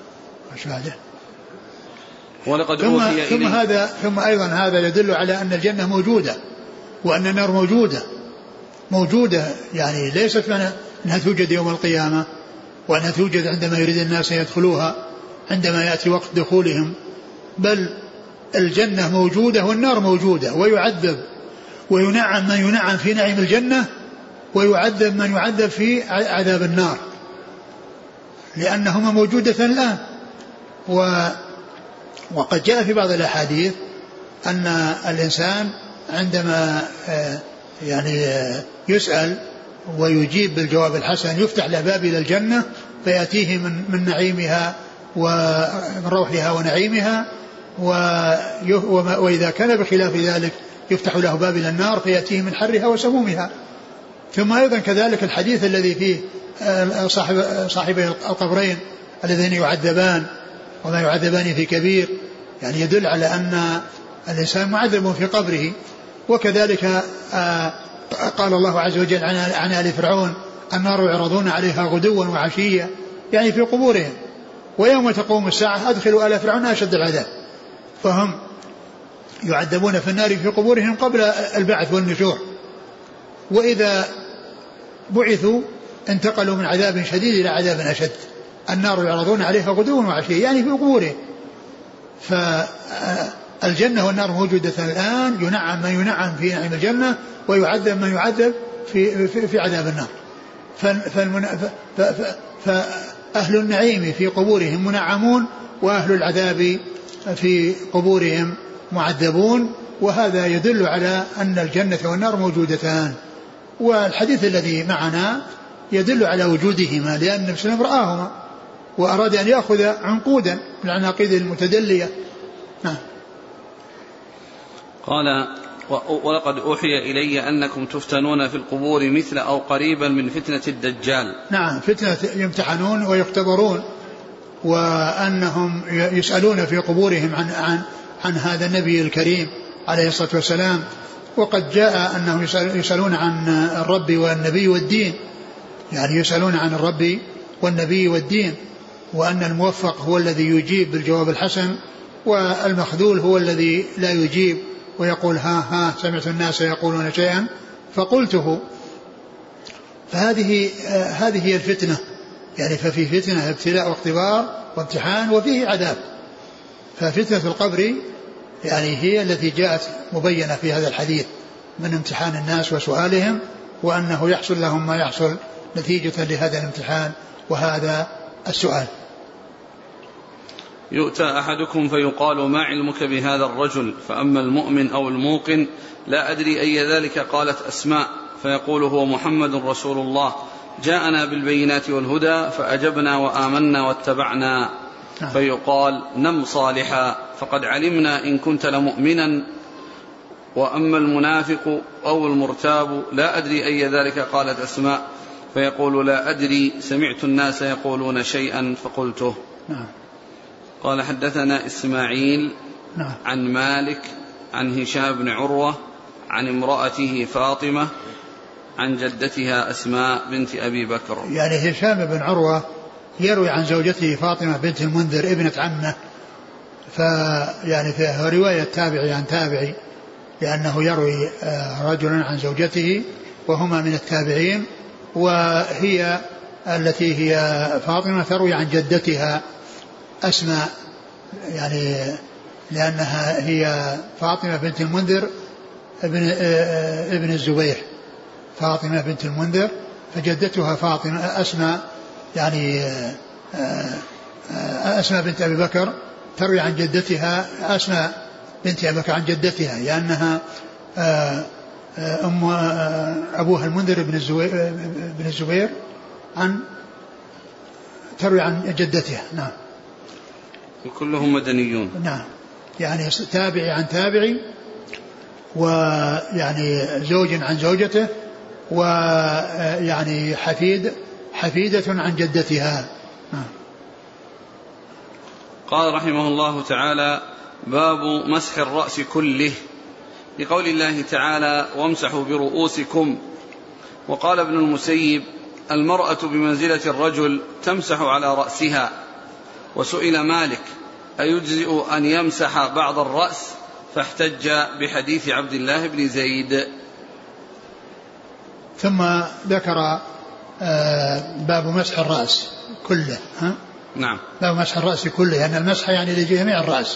ولقد ثم أيضا هذا يدل على أن الجنة موجودة وأن النار موجودة، يعني ليست معنى أنها توجد يوم القيامة وأنها توجد عندما يريد الناس يدخلوها عندما يأتي وقت دخولهم، بل الجنة موجودة والنار موجودة، ويعذب وينعم من ينعم في نعيم الجنة ويعذب من يعذب في عذاب النار، لأنهما موجودة الآن. وقد جاء في بعض الأحاديث أن الإنسان عندما يعني يسأل ويجيب بالجواب الحسن يفتح له باب إلى الجنة فيأتيه من نعيمها ومن روحها ونعيمها، وإذا كان بخلاف ذلك يفتح له باب إلى النار فيأتيه من حرها وسمومها. ثم أيضا كذلك الحديث الذي فيه صاحبي القبرين الذين يعذبان وما يعذبان في كبير، يعني يدل على أن الإنسان معذب في قبره. وكذلك قال الله عز وجل عن آل فرعون النار يعرضون عليها غدوا وعشيا، يعني في قبورهم، ويوم تقوم الساعة أدخلوا آل فرعون أشد العذاب، فهم يعذبون في النار في قبورهم قبل البعث والنشور، وإذا بعثوا انتقلوا من عذاب شديد إلى عذاب أشد. النار يعرضون عليها غدوا وعشيا يعني في قبورهم. فالجنة والنار موجودة الآن، ينعم من ينعم في نعيم الجنة ويعذب من يعذب في عذاب النار. فأهل النعيم في قبورهم منعمون وأهل العذاب في قبورهم معذبون، وهذا يدل على أن الجنة والنار موجودتان. والحديث الذي معنا يدل على وجودهما، لأن النبي صلى الله عليه وسلم رآهما وأراد أن يأخذ عنقودا من العناقيد المتدلية. قال ولقد أوحي إلي أنكم تفتنون في القبور مثل أو قريبا من فتنة الدجال. نعم، فتنة يمتحنون ويختبرون، وأنهم يسألون في قبورهم عن هذا النبي الكريم عليه الصلاة والسلام. وقد جاء أنهم يسألون عن الرب والنبي والدين، يعني يسألون عن الرب والنبي والدين، وأن الموفق هو الذي يجيب بالجواب الحسن، والمخذول هو الذي لا يجيب ويقول ها سمعت الناس يقولون شيئا فقلته. فهذه هي الفتنة، يعني ففي فتنة ابتلاء واختبار وامتحان وفيه عذاب. ففتنة القبر يعني هي التي جاءت مبينة في هذا الحديث من امتحان الناس وسؤالهم، وأنه يحصل لهم ما يحصل نتيجة لهذا الامتحان وهذا السؤال. يؤتى أحدكم فيقال ما علمك بهذا الرجل، فأما المؤمن أو الموقن لا أدري أي ذلك قالت أسماء، فيقول هو محمد رسول الله جاءنا بالبينات والهدى فأجبنا وآمنا واتبعنا. فيقال نم صالحا فقد علمنا إن كنت لمؤمنا. وأما المنافق أو المرتاب لا أدري أي ذلك قالت أسماء، فيقول لا أدري سمعت الناس يقولون شيئا فقلته. قال حدثنا إسماعيل عن مالك عن هشام بن عروة عن امرأته فاطمة عن جدتها أسماء بنت أبي بكر. يعني هشام بن عروة يروي عن زوجته فاطمة بنت المنذر ابنة عمه، فيعني فيها رواية تابعي عن تابعي، لأنه يروي رجلا عن زوجته وهما من التابعين، وهي التي هي فاطمة تروي عن جدتها أسماء، يعني لأنها هي فاطمة بنت المنذر ابن الزبير، فاطمة بنت المنذر، فجدتها فاطمة أسماء، يعني أسماء بنت أبي بكر، تروي عن جدتها أسماء بنت أبي بكر عن جدتها لأنها أبوها المنذر بن الزبير تروي عن جدتها. نعم. وكلهم مدنيون. نعم يعني تابعي عن تابعي ويعني زوج عن زوجته ويعني حفيدة عن جدتها. قال رحمه الله تعالى باب مسح الرأس كله لقول الله تعالى وامسحوا برؤوسكم. وقال ابن المسيب المرأة بمنزلة الرجل تمسح على رأسها. وسئل مالك أيجزئ أن يمسح بعض الرأس فاحتج بحديث عبد الله بن زيد. ثم ذكر باب مسح الرأس كله. نعم. باب مسح الرأس كله لأن المسح يعني لجميع الرأس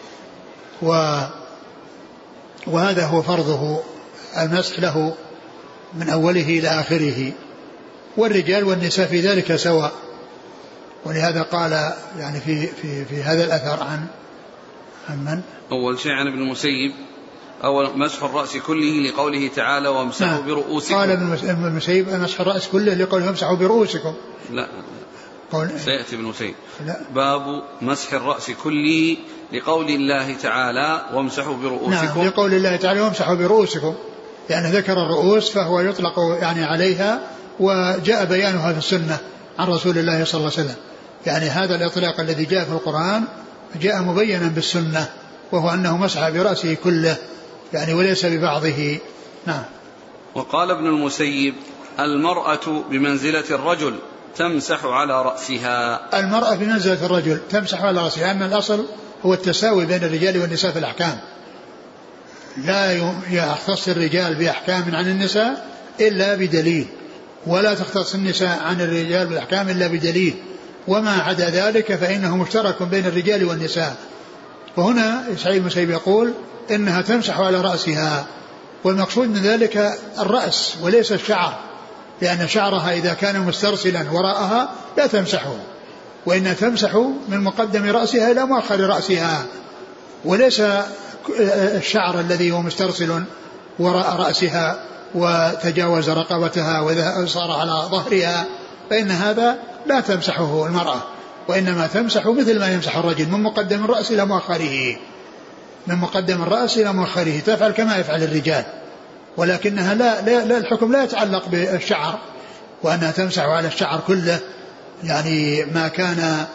وهذا هو فرضه المسح له من أوله إلى آخره والرجال والنساء في ذلك سواء. ولهذا قال يعني في هذا الأثر عن من أول شيء عن ابن المسيب أول مسح الرأس كله لقوله تعالى وامسحوا برؤوسكم. قال ابن المسيب مسح الرأس كله لقوله وامسحوا برؤوسكم. لا سيأتي ابن المسيب. باب مسح الرأس كله لقول الله تعالى وامسحوا برؤوسكم. نعم لقول الله تعالى وامسحوا برؤوسكم يعني ذكر الرؤوس فهو يطلق يعني عليها وجاء بيانها في السنة عن رسول الله صلى الله عليه وسلم. يعني هذا الإطلاق الذي جاء في القرآن جاء مبينا بالسنة وهو أنه مسح برأسه كله يعني وليس ببعضه. نعم. وقال ابن المسيب المرأة بمنزلة الرجل تمسح على رأسها. المرأة بمنزلة الرجل تمسح على رأسها لأن الأصل هو التساوي بين الرجال والنساء في الأحكام. لا يختص الرجال بأحكام عن النساء إلا بدليل ولا تختص النساء عن الرجال بالأحكام إلا بدليل وما عدا ذلك فإنه مشترك بين الرجال والنساء. وهنا سعيد المسيب يقول إنها تمسح على رأسها والمقصود من ذلك الرأس وليس الشعر لأن شعرها إذا كان مسترسلا وراءها لا تمسحه وإنها تمسح من مقدم رأسها إلى مؤخر رأسها وليس الشعر الذي هو مسترسل وراء رأسها وتجاوز رقبتها وصار على ظهرها فإن هذا لا تمسحه المرأة وإنما تمسح مثل ما يمسح الرجل من مقدم الرأس إلى مؤخره من مقدم الرأس إلى مؤخره تفعل كما يفعل الرجال ولكنها لا الحكم لا يتعلق بالشعر وأنها تمسح على الشعر كله يعني ما كان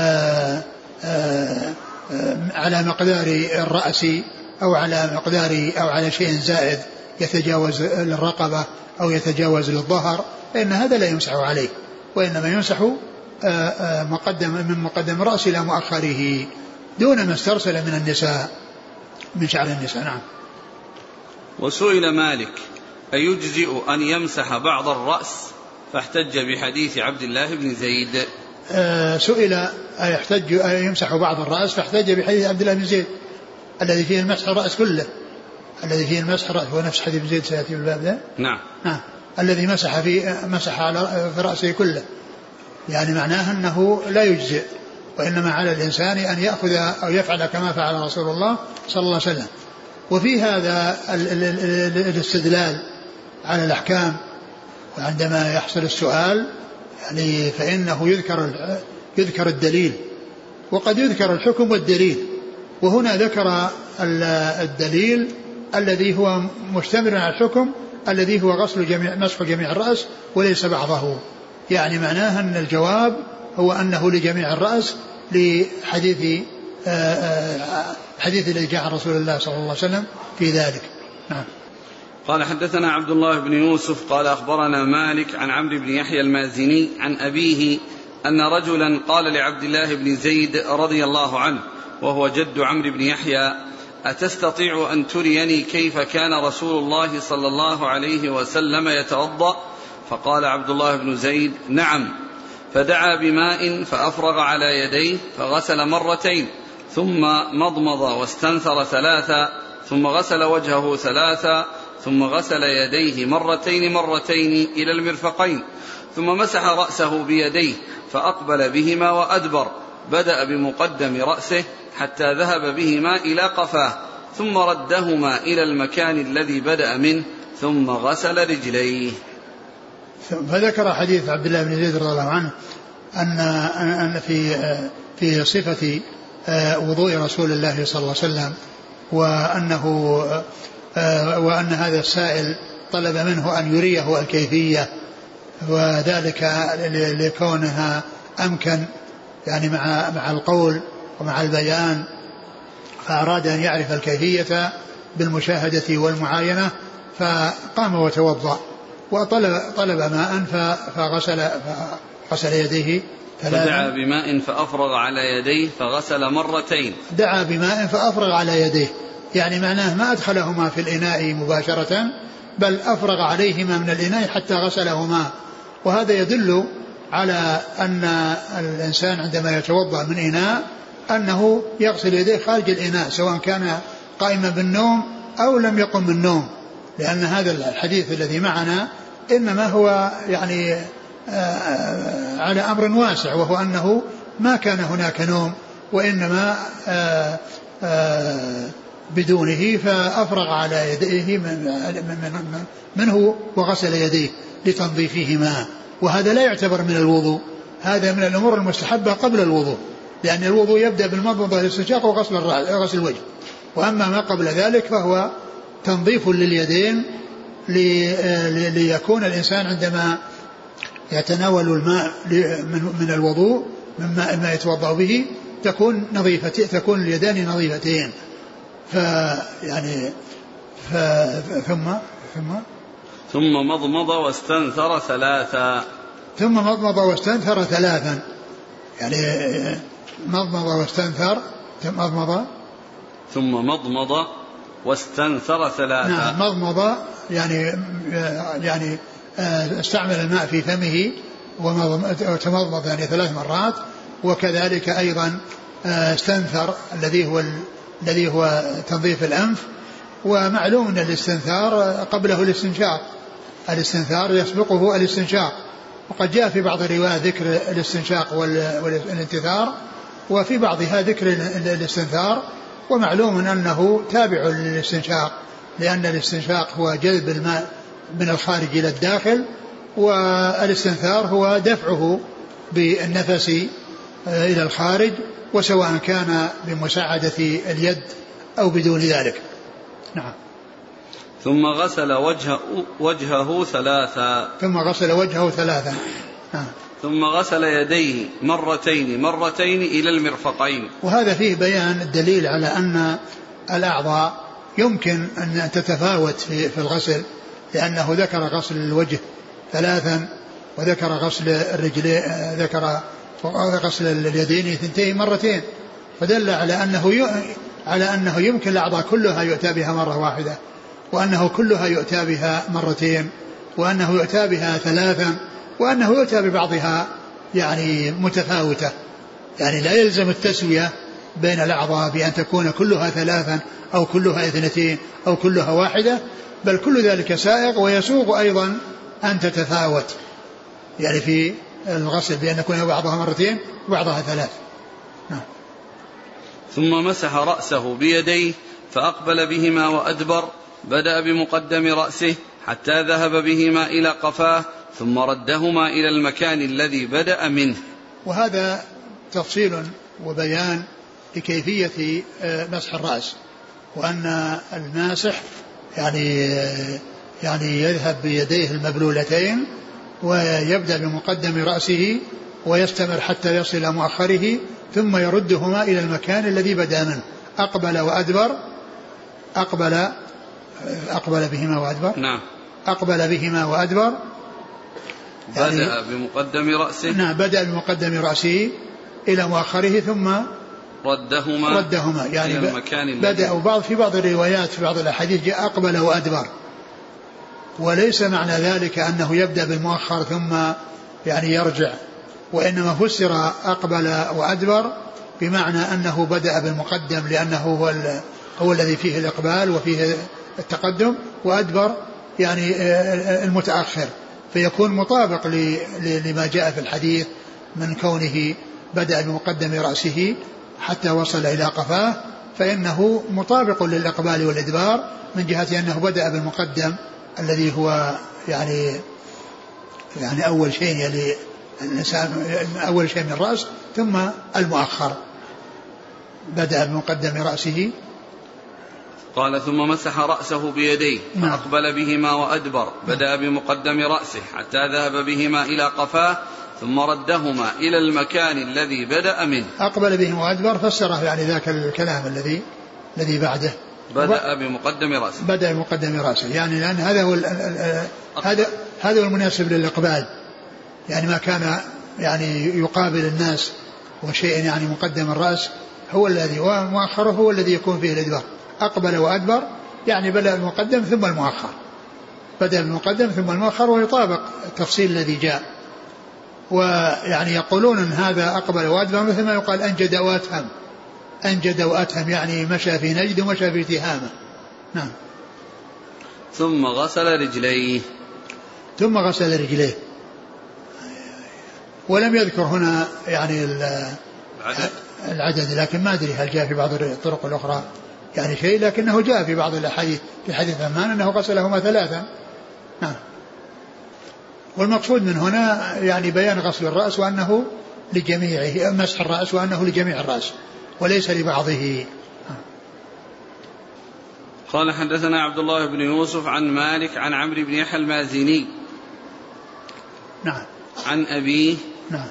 على مقدار الرأس أو على مقدار أو على شيء زائد يتجاوز الرقبة أو يتجاوز الظهر فإن هذا لا يمسح عليه وإنما يمسح من مقدم الرأس إلى مؤخره دون ما استرسل من النساء من شعر النساء. نعم. وسئل مالك أيجزئ أن يمسح بعض الرأس فاحتج بحديث عبد الله بن زيد. سئل أيحتج أن يمسح بعض الرأس فاحتج بحديث عبد الله بن زيد الذي فيه المسح الرأس كله الذي فيه المسح الرأس هو نفس حديث زيد سيأتي بالباب ده. نعم. الذي مسح على في رأسه كله يعني معناه أنه لا يجزئ وإنما على الإنسان أن يأخذ أو يفعل كما فعل رسول الله صلى الله عليه وسلم. وفي هذا الاستدلال على الأحكام وعندما يحصل السؤال يعني فإنه يذكر الدليل وقد يذكر الحكم والدليل وهنا ذكر الدليل الذي هو مشتمل على الحكم الذي هو مسح جميع الرأس وليس بعضه يعني معناه أن الجواب هو أنه لجميع الرأس لحديث الذي جاء عن رسول الله صلى الله عليه وسلم في ذلك. نعم. قال حدثنا عبد الله بن يوسف قال أخبرنا مالك عن عمرو بن يحيى المازني عن أبيه أن رجلا قال لعبد الله بن زيد رضي الله عنه وهو جد عمرو بن يحيى أتستطيع أن تريني كيف كان رسول الله صلى الله عليه وسلم يتوضأ؟ فقال عبد الله بن زيد نعم. فدعا بماء فأفرغ على يديه فغسل مرتين ثم مضمض واستنثر ثلاثا ثم غسل وجهه ثلاثا ثم غسل يديه مرتين إلى المرفقين ثم مسح رأسه بيديه فأقبل بهما وأدبر بدأ بمقدم رأسه حتى ذهب بهما إلى قفاه ثم ردهما إلى المكان الذي بدأ منه ثم غسل رجليه. فذكر حديث عبد الله بن زيد رضي الله عنه أن في صفة وضوء رسول الله صلى الله عليه وسلم وأن هذا السائل طلب منه أن يريه الكيفية، وذلك لكونها أمكن يعني مع القول ومع البيان، فأراد أن يعرف الكيفية بالمشاهدة والمعاينة، فقام وتوضأ وطلب ماء فغسل يديه فدعا بماء فأفرغ على يديه فغسل مرتين. دعا بماء فأفرغ على يديه يعني معناه ما أدخلهما في الإناء مباشرة بل أفرغ عليهما من الإناء حتى غسلهما. وهذا يدل على أن الإنسان عندما يتوضأ من إناء أنه يغسل يديه خارج الإناء سواء كان قائما بالنوم أو لم يقم من النوم، لأن هذا الحديث الذي معنا إنما هو يعني على أمر واسع، وهو أنه ما كان هناك نوم وإنما بدونه، فأفرغ على يديه منه وغسل يديه لتنظيفهما. وهذا لا يعتبر من الوضوء، هذا من الأمور المستحبة قبل الوضوء، لأن الوضوء يبدأ بالمضمضة والاستنشاق وغسل الوجه، وأما ما قبل ذلك فهو تنظيف لليدين ليكون الإنسان عندما يتناول الماء من الوضوء من ما يتوضأ به تكون اليدان نظيفتين. ثم مضمض واستنثر ثلاثا. يعني مضمض واستنثر ثم مضمض واستنثر ثلاثا. نعم، مضمض يعني استعمل الماء في فمه وتمضمض يعني 3 مرات، وكذلك أيضا استنثر الذي هو تنظيف الأنف. ومعلوم أن الاستنثار قبله الاستنثار يسبقه الاستنشاق، وقد جاء في بعض الروايات ذكر الاستنشاق والانتثار، وفي بعضها ذكر الاستنثار. ومعلوم أنه تابع للاستنشاق، لأن الاستنشاق هو جذب الماء من الخارج إلى الداخل، والاستنثار هو دفعه بالنفس إلى الخارج، وسواء كان بمساعدة اليد أو بدون ذلك. نعم. ثم غسل وجهه ثلاثا. نعم. ثم غسل يديه مرتين إلى المرفقين. وهذا فيه بيان الدليل على أن الأعضاء يمكن أن تتفاوت في الغسل، لأنه ذكر غسل الوجه 3 وذكر غسل الرجلين، ذكر غسل اليدين 2 مرتين، فدل على أنه يمكن الأعضاء كلها يؤتى بها مرة واحدة، وأنه كلها يؤتى بها مرتين، وأنه يؤتى بها 3، وأنه يؤتى ببعضها يعني متفاوتة. يعني لا يلزم التسوية بين الأعضاء بأن تكون كلها 3 أو كلها 2 أو كلها 1، بل كل ذلك سائغ، ويسوغ أيضا أن تتفاوت يعني في الغسل بأن يكون بعضها مرتين وبعضها 3. نعم. ثم مسح رأسه بيديه فأقبل بهما وأدبر، بدأ بمقدم رأسه حتى ذهب بهما إلى قفاه ثم ردهما إلى المكان الذي بدأ منه. وهذا تفصيل وبيان لكيفية مسح الرأس، وأن الماسح يعني يذهب بيديه المبلولتين ويبدأ بمقدم رأسه ويستمر حتى يصل إلى مؤخره ثم يردهما إلى المكان الذي بدأ منه. أقبل وأدبر، أقبل بهما وأدبر. نعم. أقبل بهما وأدبر، بدأ بمقدم رأسه. نعم، بدأ بمقدم رأسه إلى مؤخره ثم ردهما يعني إلى المكان بدأ. في بعض الروايات في بعض الأحاديث جاء أقبل وأدبر، وليس معنى ذلك أنه يبدأ بالمؤخر ثم يعني يرجع، وإنما فسر أقبل وأدبر بمعنى أنه بدأ بالمقدم لأنه هو الذي فيه الإقبال وفيه التقدم، وأدبر يعني المتأخر، فيكون مطابق لما جاء في الحديث من كونه بدأ بمقدم رأسه حتى وصل إلى قفاه فإنه مطابق للإقبال والإدبار من جهة أنه بدأ بالمقدم الذي هو يعني أول شيء يلي الإنسان أول شيء من الرأس ثم المؤخر. بدأ بمقدم رأسه قال ثم مسح رأسه بيديه فأقبل بهما وأدبر. بدأ بمقدم رأسه حتى ذهب بهما إلى قفاه ثم ردهما إلى المكان الذي بدأ منه. أقبل بهما وأدبر فسره يعني ذاك الكلام الذي بعده. بدأ بمقدم رأسه. بدأ بمقدم رأسه يعني لأن هذا هو هذا هو المناسب للإقبال يعني ما كان يعني يقابل الناس وشيء يعني مقدم الرأس هو الذي ومؤخره هو الذي يكون فيه الإدبار. أقبل وأدبر يعني بدأ المقدم ثم المؤخر. بدأ بالمقدم ثم المؤخر ويطابق التفصيل الذي جاء. ويعني يقولون ان هذا أقبل وأدبر مثل ما يقال أنجد وأتهم. أنجد وأتهم يعني مشى في نجد ومشى في تهامة. نعم. ثم غسل رجليه. ثم غسل رجليه ولم يذكر هنا يعني العدد لكن ما أدري هل جاء في بعض الطرق الأخرى يعني شيء لكنه جاء في بعض الأحاديث في حديث عثمان أنه غسلهما 3. نعم. والمقصود من هنا يعني بيان غسل الرأس وأنه لجميعه مسح الرأس وأنه لجميع الرأس وليس لبعضه. قال حدثنا عبد الله بن يوسف عن مالك عن عمرو بن يحيى المازني. نعم. عن أبيه. نعم.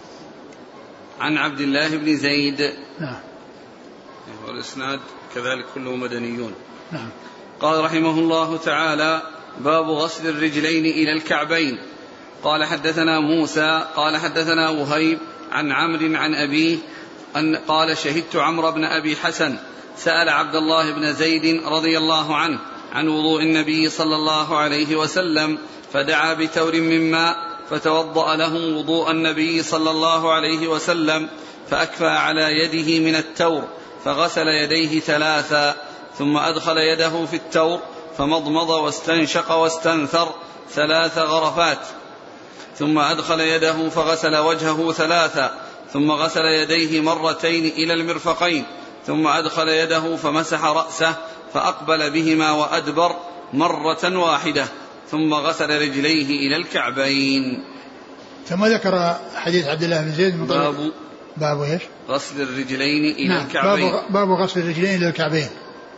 عن عبد الله بن زيد. نعم. والإسناد كذلك كله مدنيون. نعم. قال رحمه الله تعالى باب غسل الرجلين إلى الكعبين. قال حدثنا موسى قال حدثنا وهيب عن عمرو عن أبيه أن قال شهدت عمرو بن أبي حسن سأل عبد الله بن زيد رضي الله عنه عن وضوء النبي صلى الله عليه وسلم فدعا بتور من ماء فتوضأ لهم وضوء النبي صلى الله عليه وسلم فأكفى على يده من التور فغسل يديه 3 ثم أدخل يده في التور فمضمض واستنشق واستنثر 3 غرفات ثم أدخل يده فغسل وجهه 3 ثم غسل يديه مرتين إلى المرفقين ثم أدخل يده فمسح رأسه فأقبل بهما وأدبر مرة واحدة ثم غسل رجليه إلى الكعبين. ثم ذكر حديث عبد الله بن زيد من باب ايش؟ غسل الرجلين إلى الكعبين. باب غسل الرجلين إلى الكعبين.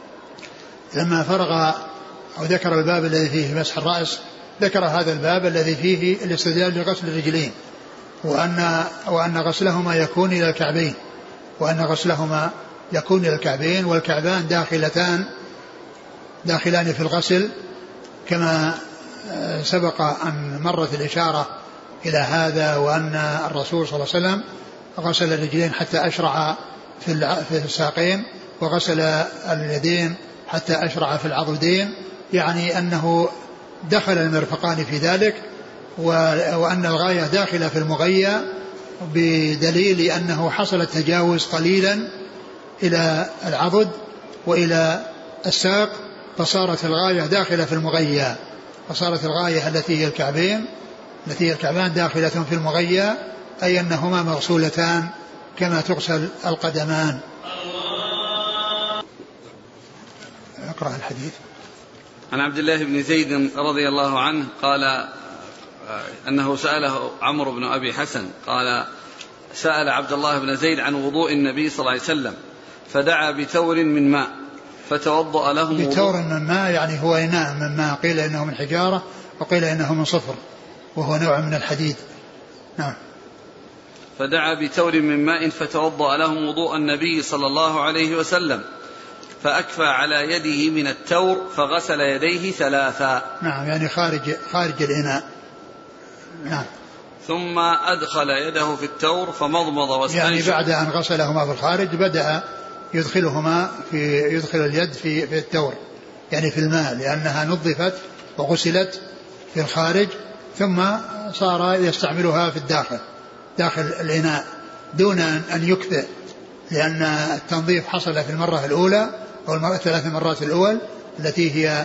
لما فرغ أو ذكر الباب الذي فيه مسح الرأس ذكر هذا الباب الذي فيه الاستدلال لغسل الرجلين وأن غسلهما يكون إلى الكعبين وأن غسلهما يكون إلى الكعبين والكعبان داخلان في الغسل كما سبق أن مرت الإشارة إلى هذا وأن الرسول صلى الله عليه وسلم غسل الرجلين حتى أشرع في الساقين وغسل اليدين حتى أشرع في العضدين يعني أنه دخل المرفقان في ذلك وأن الغاية داخلة في المغية بدليل أنه حصل التجاوز قليلا إلى العضد وإلى الساق فصارت الغاية داخلة في المغية فصارت الغاية التي هي الكعبان داخلة في المغية أي أنهما مغسولتان كما تغسل القدمان. اقرأ الحديث. عن عبد الله بن زيد رضي الله عنه قال أنه سأله عمرو بن أبي حسن قال سأل عبد الله بن زيد عن وضوء النبي صلى الله عليه وسلم فدعا بتور من ماء فتوضأ لهم بتور من ماء يعني هو إناء من ماء قيل إنه من حجارة وقيل إنه من صفر وهو نوع من الحديد. نعم. فدعا بتور من ماء فتوضأ لهم وضوء النبي صلى الله عليه وسلم فأكفى على يده من التور فغسل يديه 3. نعم يعني خارج الإناء. نعم. ثم أدخل يده في التور فمضمض واستنشق يعني بعد أن غسلهما في الخارج بدأ يدخل اليد في التور يعني في الماء لأنها نظفت وغسلت في الخارج ثم صار يستعملها في داخل الإناء دون أن يكفئ لأن التنظيف حصل في المرة الأولى أو 3 مرات الأول التي هي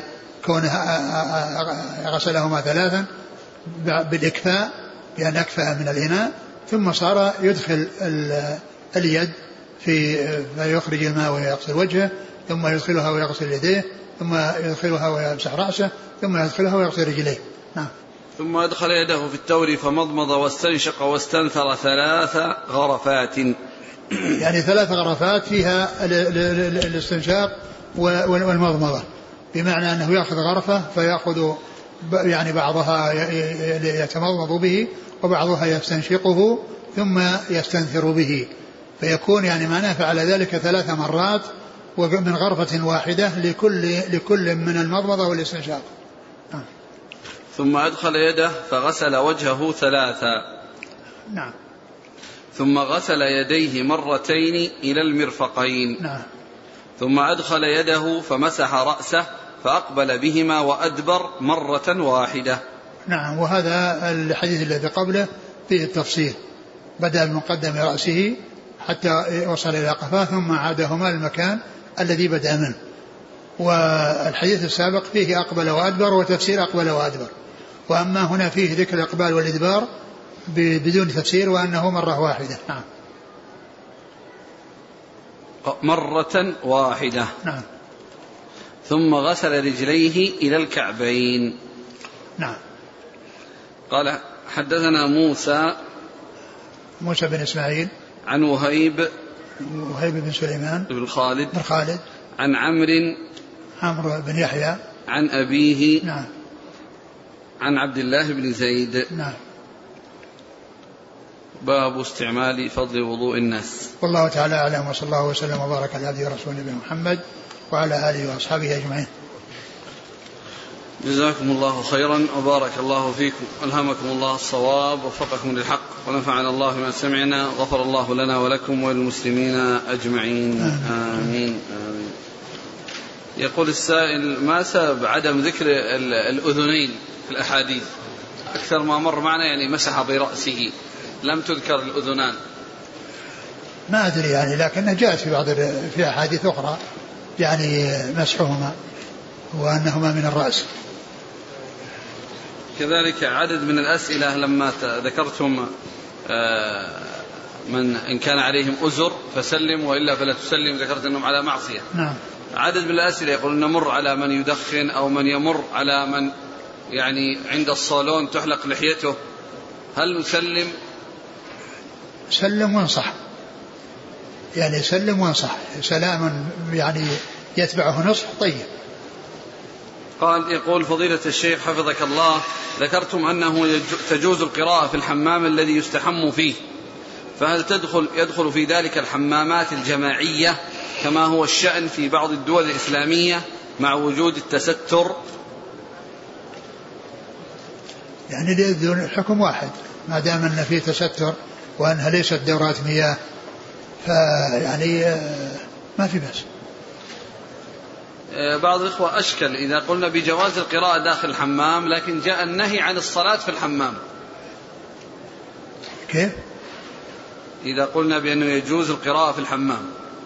كونها غسلهما 3 بالإكفاء بأن أكفأ من الإناء ثم صار يدخل اليد فيخرج الماء ويغسل وجهه، ثم يدخلها ويغسل يديه، ثم يدخلها ويمسح رأسه، ثم يدخلها ويغسل رجليه. نعم. ثم أدخل يده في التور فمضمض واستنشق واستنثر 3 غرفات. يعني 3 غرفات فيها الاستنشاق والمضمضة، بمعنى أنه يأخذ غرفة فيأخذ يعني بعضها يتمضمض به وبعضها يستنشقه ثم يستنثر به، فيكون يعني معناه فعل ذلك 3 مرات ومن غرفة واحدة لكل من المضمضة والاستنشاق. ثم أدخل يده فغسل وجهه 3. نعم. ثم غسل يديه 2 مرات إلى المرفقين. نعم. ثم أدخل يده فمسح رأسه فأقبل بهما وأدبر 1 مرة. نعم. وهذا الحديث الذي قبله فيه التفصيل، بدأ بمقدم رأسه حتى وصل إلى قفاه ثم عادهما للمكان الذي بدأ منه. والحديث السابق فيه أقبل وأدبر وتفسير أقبل وأدبر، وأما هنا فيه ذكر الإقبال والإدبار بدون تفسير وأنه مرة واحدة. نعم. 1 مرة. نعم. ثم غسل رجليه إلى الكعبين. نعم. قال حدثنا موسى بن إسماعيل عن وهيب بن سليمان بن خالد عن عمرو بن يحيى عن أبيه. نعم. عن عبد الله بن زيد. نعم. باب استعمال فضل وضوء الناس. والله تعالى أعلم، وصلى الله وسلم وبارك على عبده ورسوله نبينا محمد وعلى آله وأصحابه أجمعين. جزاكم الله خيرا وبارك الله فيكم، ألهمكم الله الصواب ووفقكم للحق، ونفعنا الله بما سمعنا، غفر الله لنا ولكم وللمسلمين أجمعين. آمين. يقول السائل: ما سبب عدم ذكر الأذنين في الأحاديث؟ أكثر ما مر معنا يعني مسح برأسه، لم تذكر الأذنان. ما أدري يعني، لكنها جاءت في أحاديث أخرى يعني مسحهما وأنهما من الرأس. كذلك عدد من الأسئلة لما ذكرتم من إن كان عليهم أزر فسلم وإلا فلا تسلم، ذكرت أنهم على معصية. نعم. عدد من الأسئلة يقول نمر على من يدخن أو من يمر على من يعني عند الصالون تحلق لحيته، هل نسلم؟ سلم وانصح، يعني سلم وانصح، سلام يعني يتبعه نصح طيب. قال: يقول فضيلة الشيخ حفظك الله، ذكرتم أنه تجوز القراءة في الحمام الذي يستحم فيه، فهل يدخل في ذلك الحمامات الجماعية كما هو الشأن في بعض الدول الإسلامية مع وجود التستر؟ يعني الحكم واحد ما دام أن فيه تستر وأنها ليست دورات مياه، فيعني ما في بأس. بعض الإخوة أشكل إذا قلنا بجواز القراءة داخل الحمام لكن جاء النهي عن الصلاة في الحمام، كيف؟ إذا قلنا بأنه يجوز القراءة في الحمام،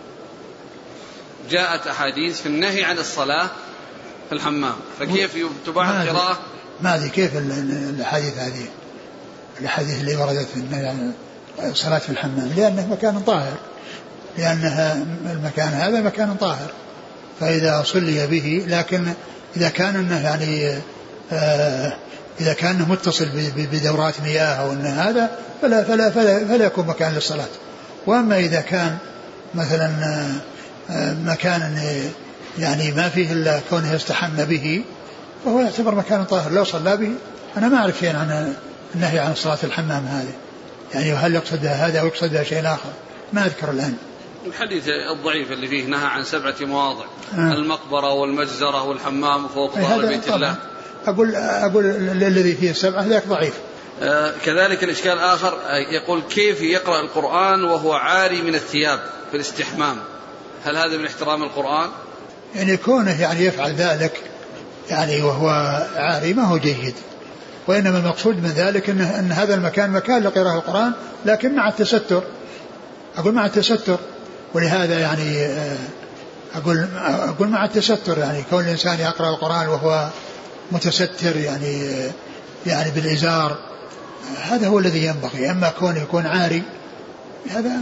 جاءت أحاديث في النهي عن الصلاة في الحمام، فكيف تباح القراءة؟ ما أدري كيف الحديث هذه، الحديث اللي وردت في النهي عن الصلاة في الحمام، لأنه مكان طاهر، لأنها المكان هذا مكان طاهر، فإذا صلي به. لكن إذا كان أنه يعني إذا كان متصل بدورات مياه أو أن هذا فلا يكون مكان للصلاة. وأما إذا كان مثلا مكان يعني ما فيه إلا كونه يستحم به فهو يعتبر مكان طاهر، لو صلى به. أنا ما أعرف شيء عن النهي عن صلاة الحمام هذه، يعني هل يقصد هذا أو يقصد شيء آخر ما أذكر الآن. الحديث الضعيف اللي فيه نهى عن 7 مواضع، المقبرة والمجزرة والحمام فوق ظهر بيت الله. أقول الذي فيه 7 ذاك ضعيف. كذلك الإشكال الآخر يقول كيف يقرأ القرآن وهو عاري من الثياب في الاستحمام، هل هذا من احترام القرآن؟ يعني كونه يعني يفعل ذلك يعني وهو عاري ما هو جيد، وإنما المقصود من ذلك أن هذا المكان مكان لقراءة القرآن لكن مع التستر، أقول مع التستر. ولهذا يعني أقول مع التستر، يعني كون الإنسان يقرأ القرآن وهو متستر يعني بالإزار هذا هو الذي ينبغي. أما كونه يكون عاري هذا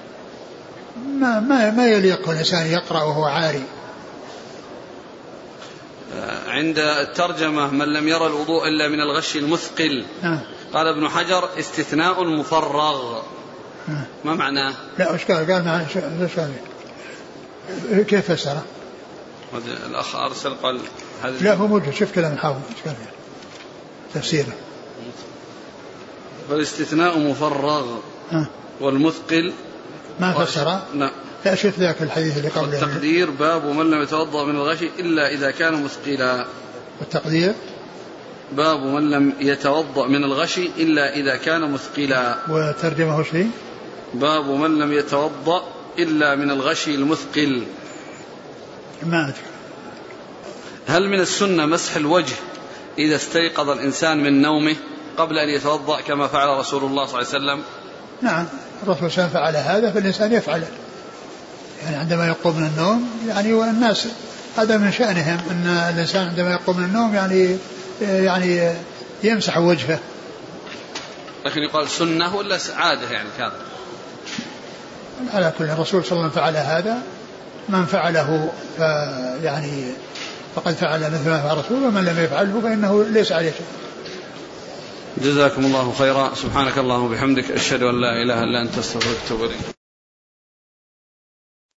ما يليق الإنسان يقرأ وهو عاري. عند الترجمة من لم يرى الوضوء إلا من الغش المثقل قال ابن حجر استثناء مفرغ. ما معناه؟ لا إشكال قال معنا كيف فسره؟ الأخ أرسل قال لا هو موجود شوف كلام الحافظ تفسيره. فالاستثناء مفرغ والمثقل ما فسره. لا شوف ذاك الحديث اللي قبله. التقدير باب من لم يتوضأ من الغش إلا إذا كان مثقلا. والتقدير باب من لم يتوضأ من الغش إلا إذا كان مثقلا. وترجمه شيء باب من لم يتوضأ إلا من الغش المثقل. ما أدري. هل من السنة مسح الوجه إذا استيقظ الإنسان من نومه قبل أن يتوضأ كما فعل رسول الله صلى الله عليه وسلم؟ نعم الرسول صلى الله عليه وسلم فعل هذا فالإنسان يفعله يعني عندما يقوم من النوم يعني. والناس هذا من شأنهم أن الإنسان عندما يقوم من النوم يعني يمسح وجهه. لكن يقال سنة ولا عادة يعني كذا؟ على كل الرسول صلى الله عليه وسلم فعل هذا. من فعله يعني فقد فعل مثل ما فعل الرسول ومن لم يفعله فإنه ليس عليه شيء. جزاكم الله خيرا. سبحانك اللهم وبحمدك أشهد أن لا إله إلا أنت أستغفرك وأتوب إليك.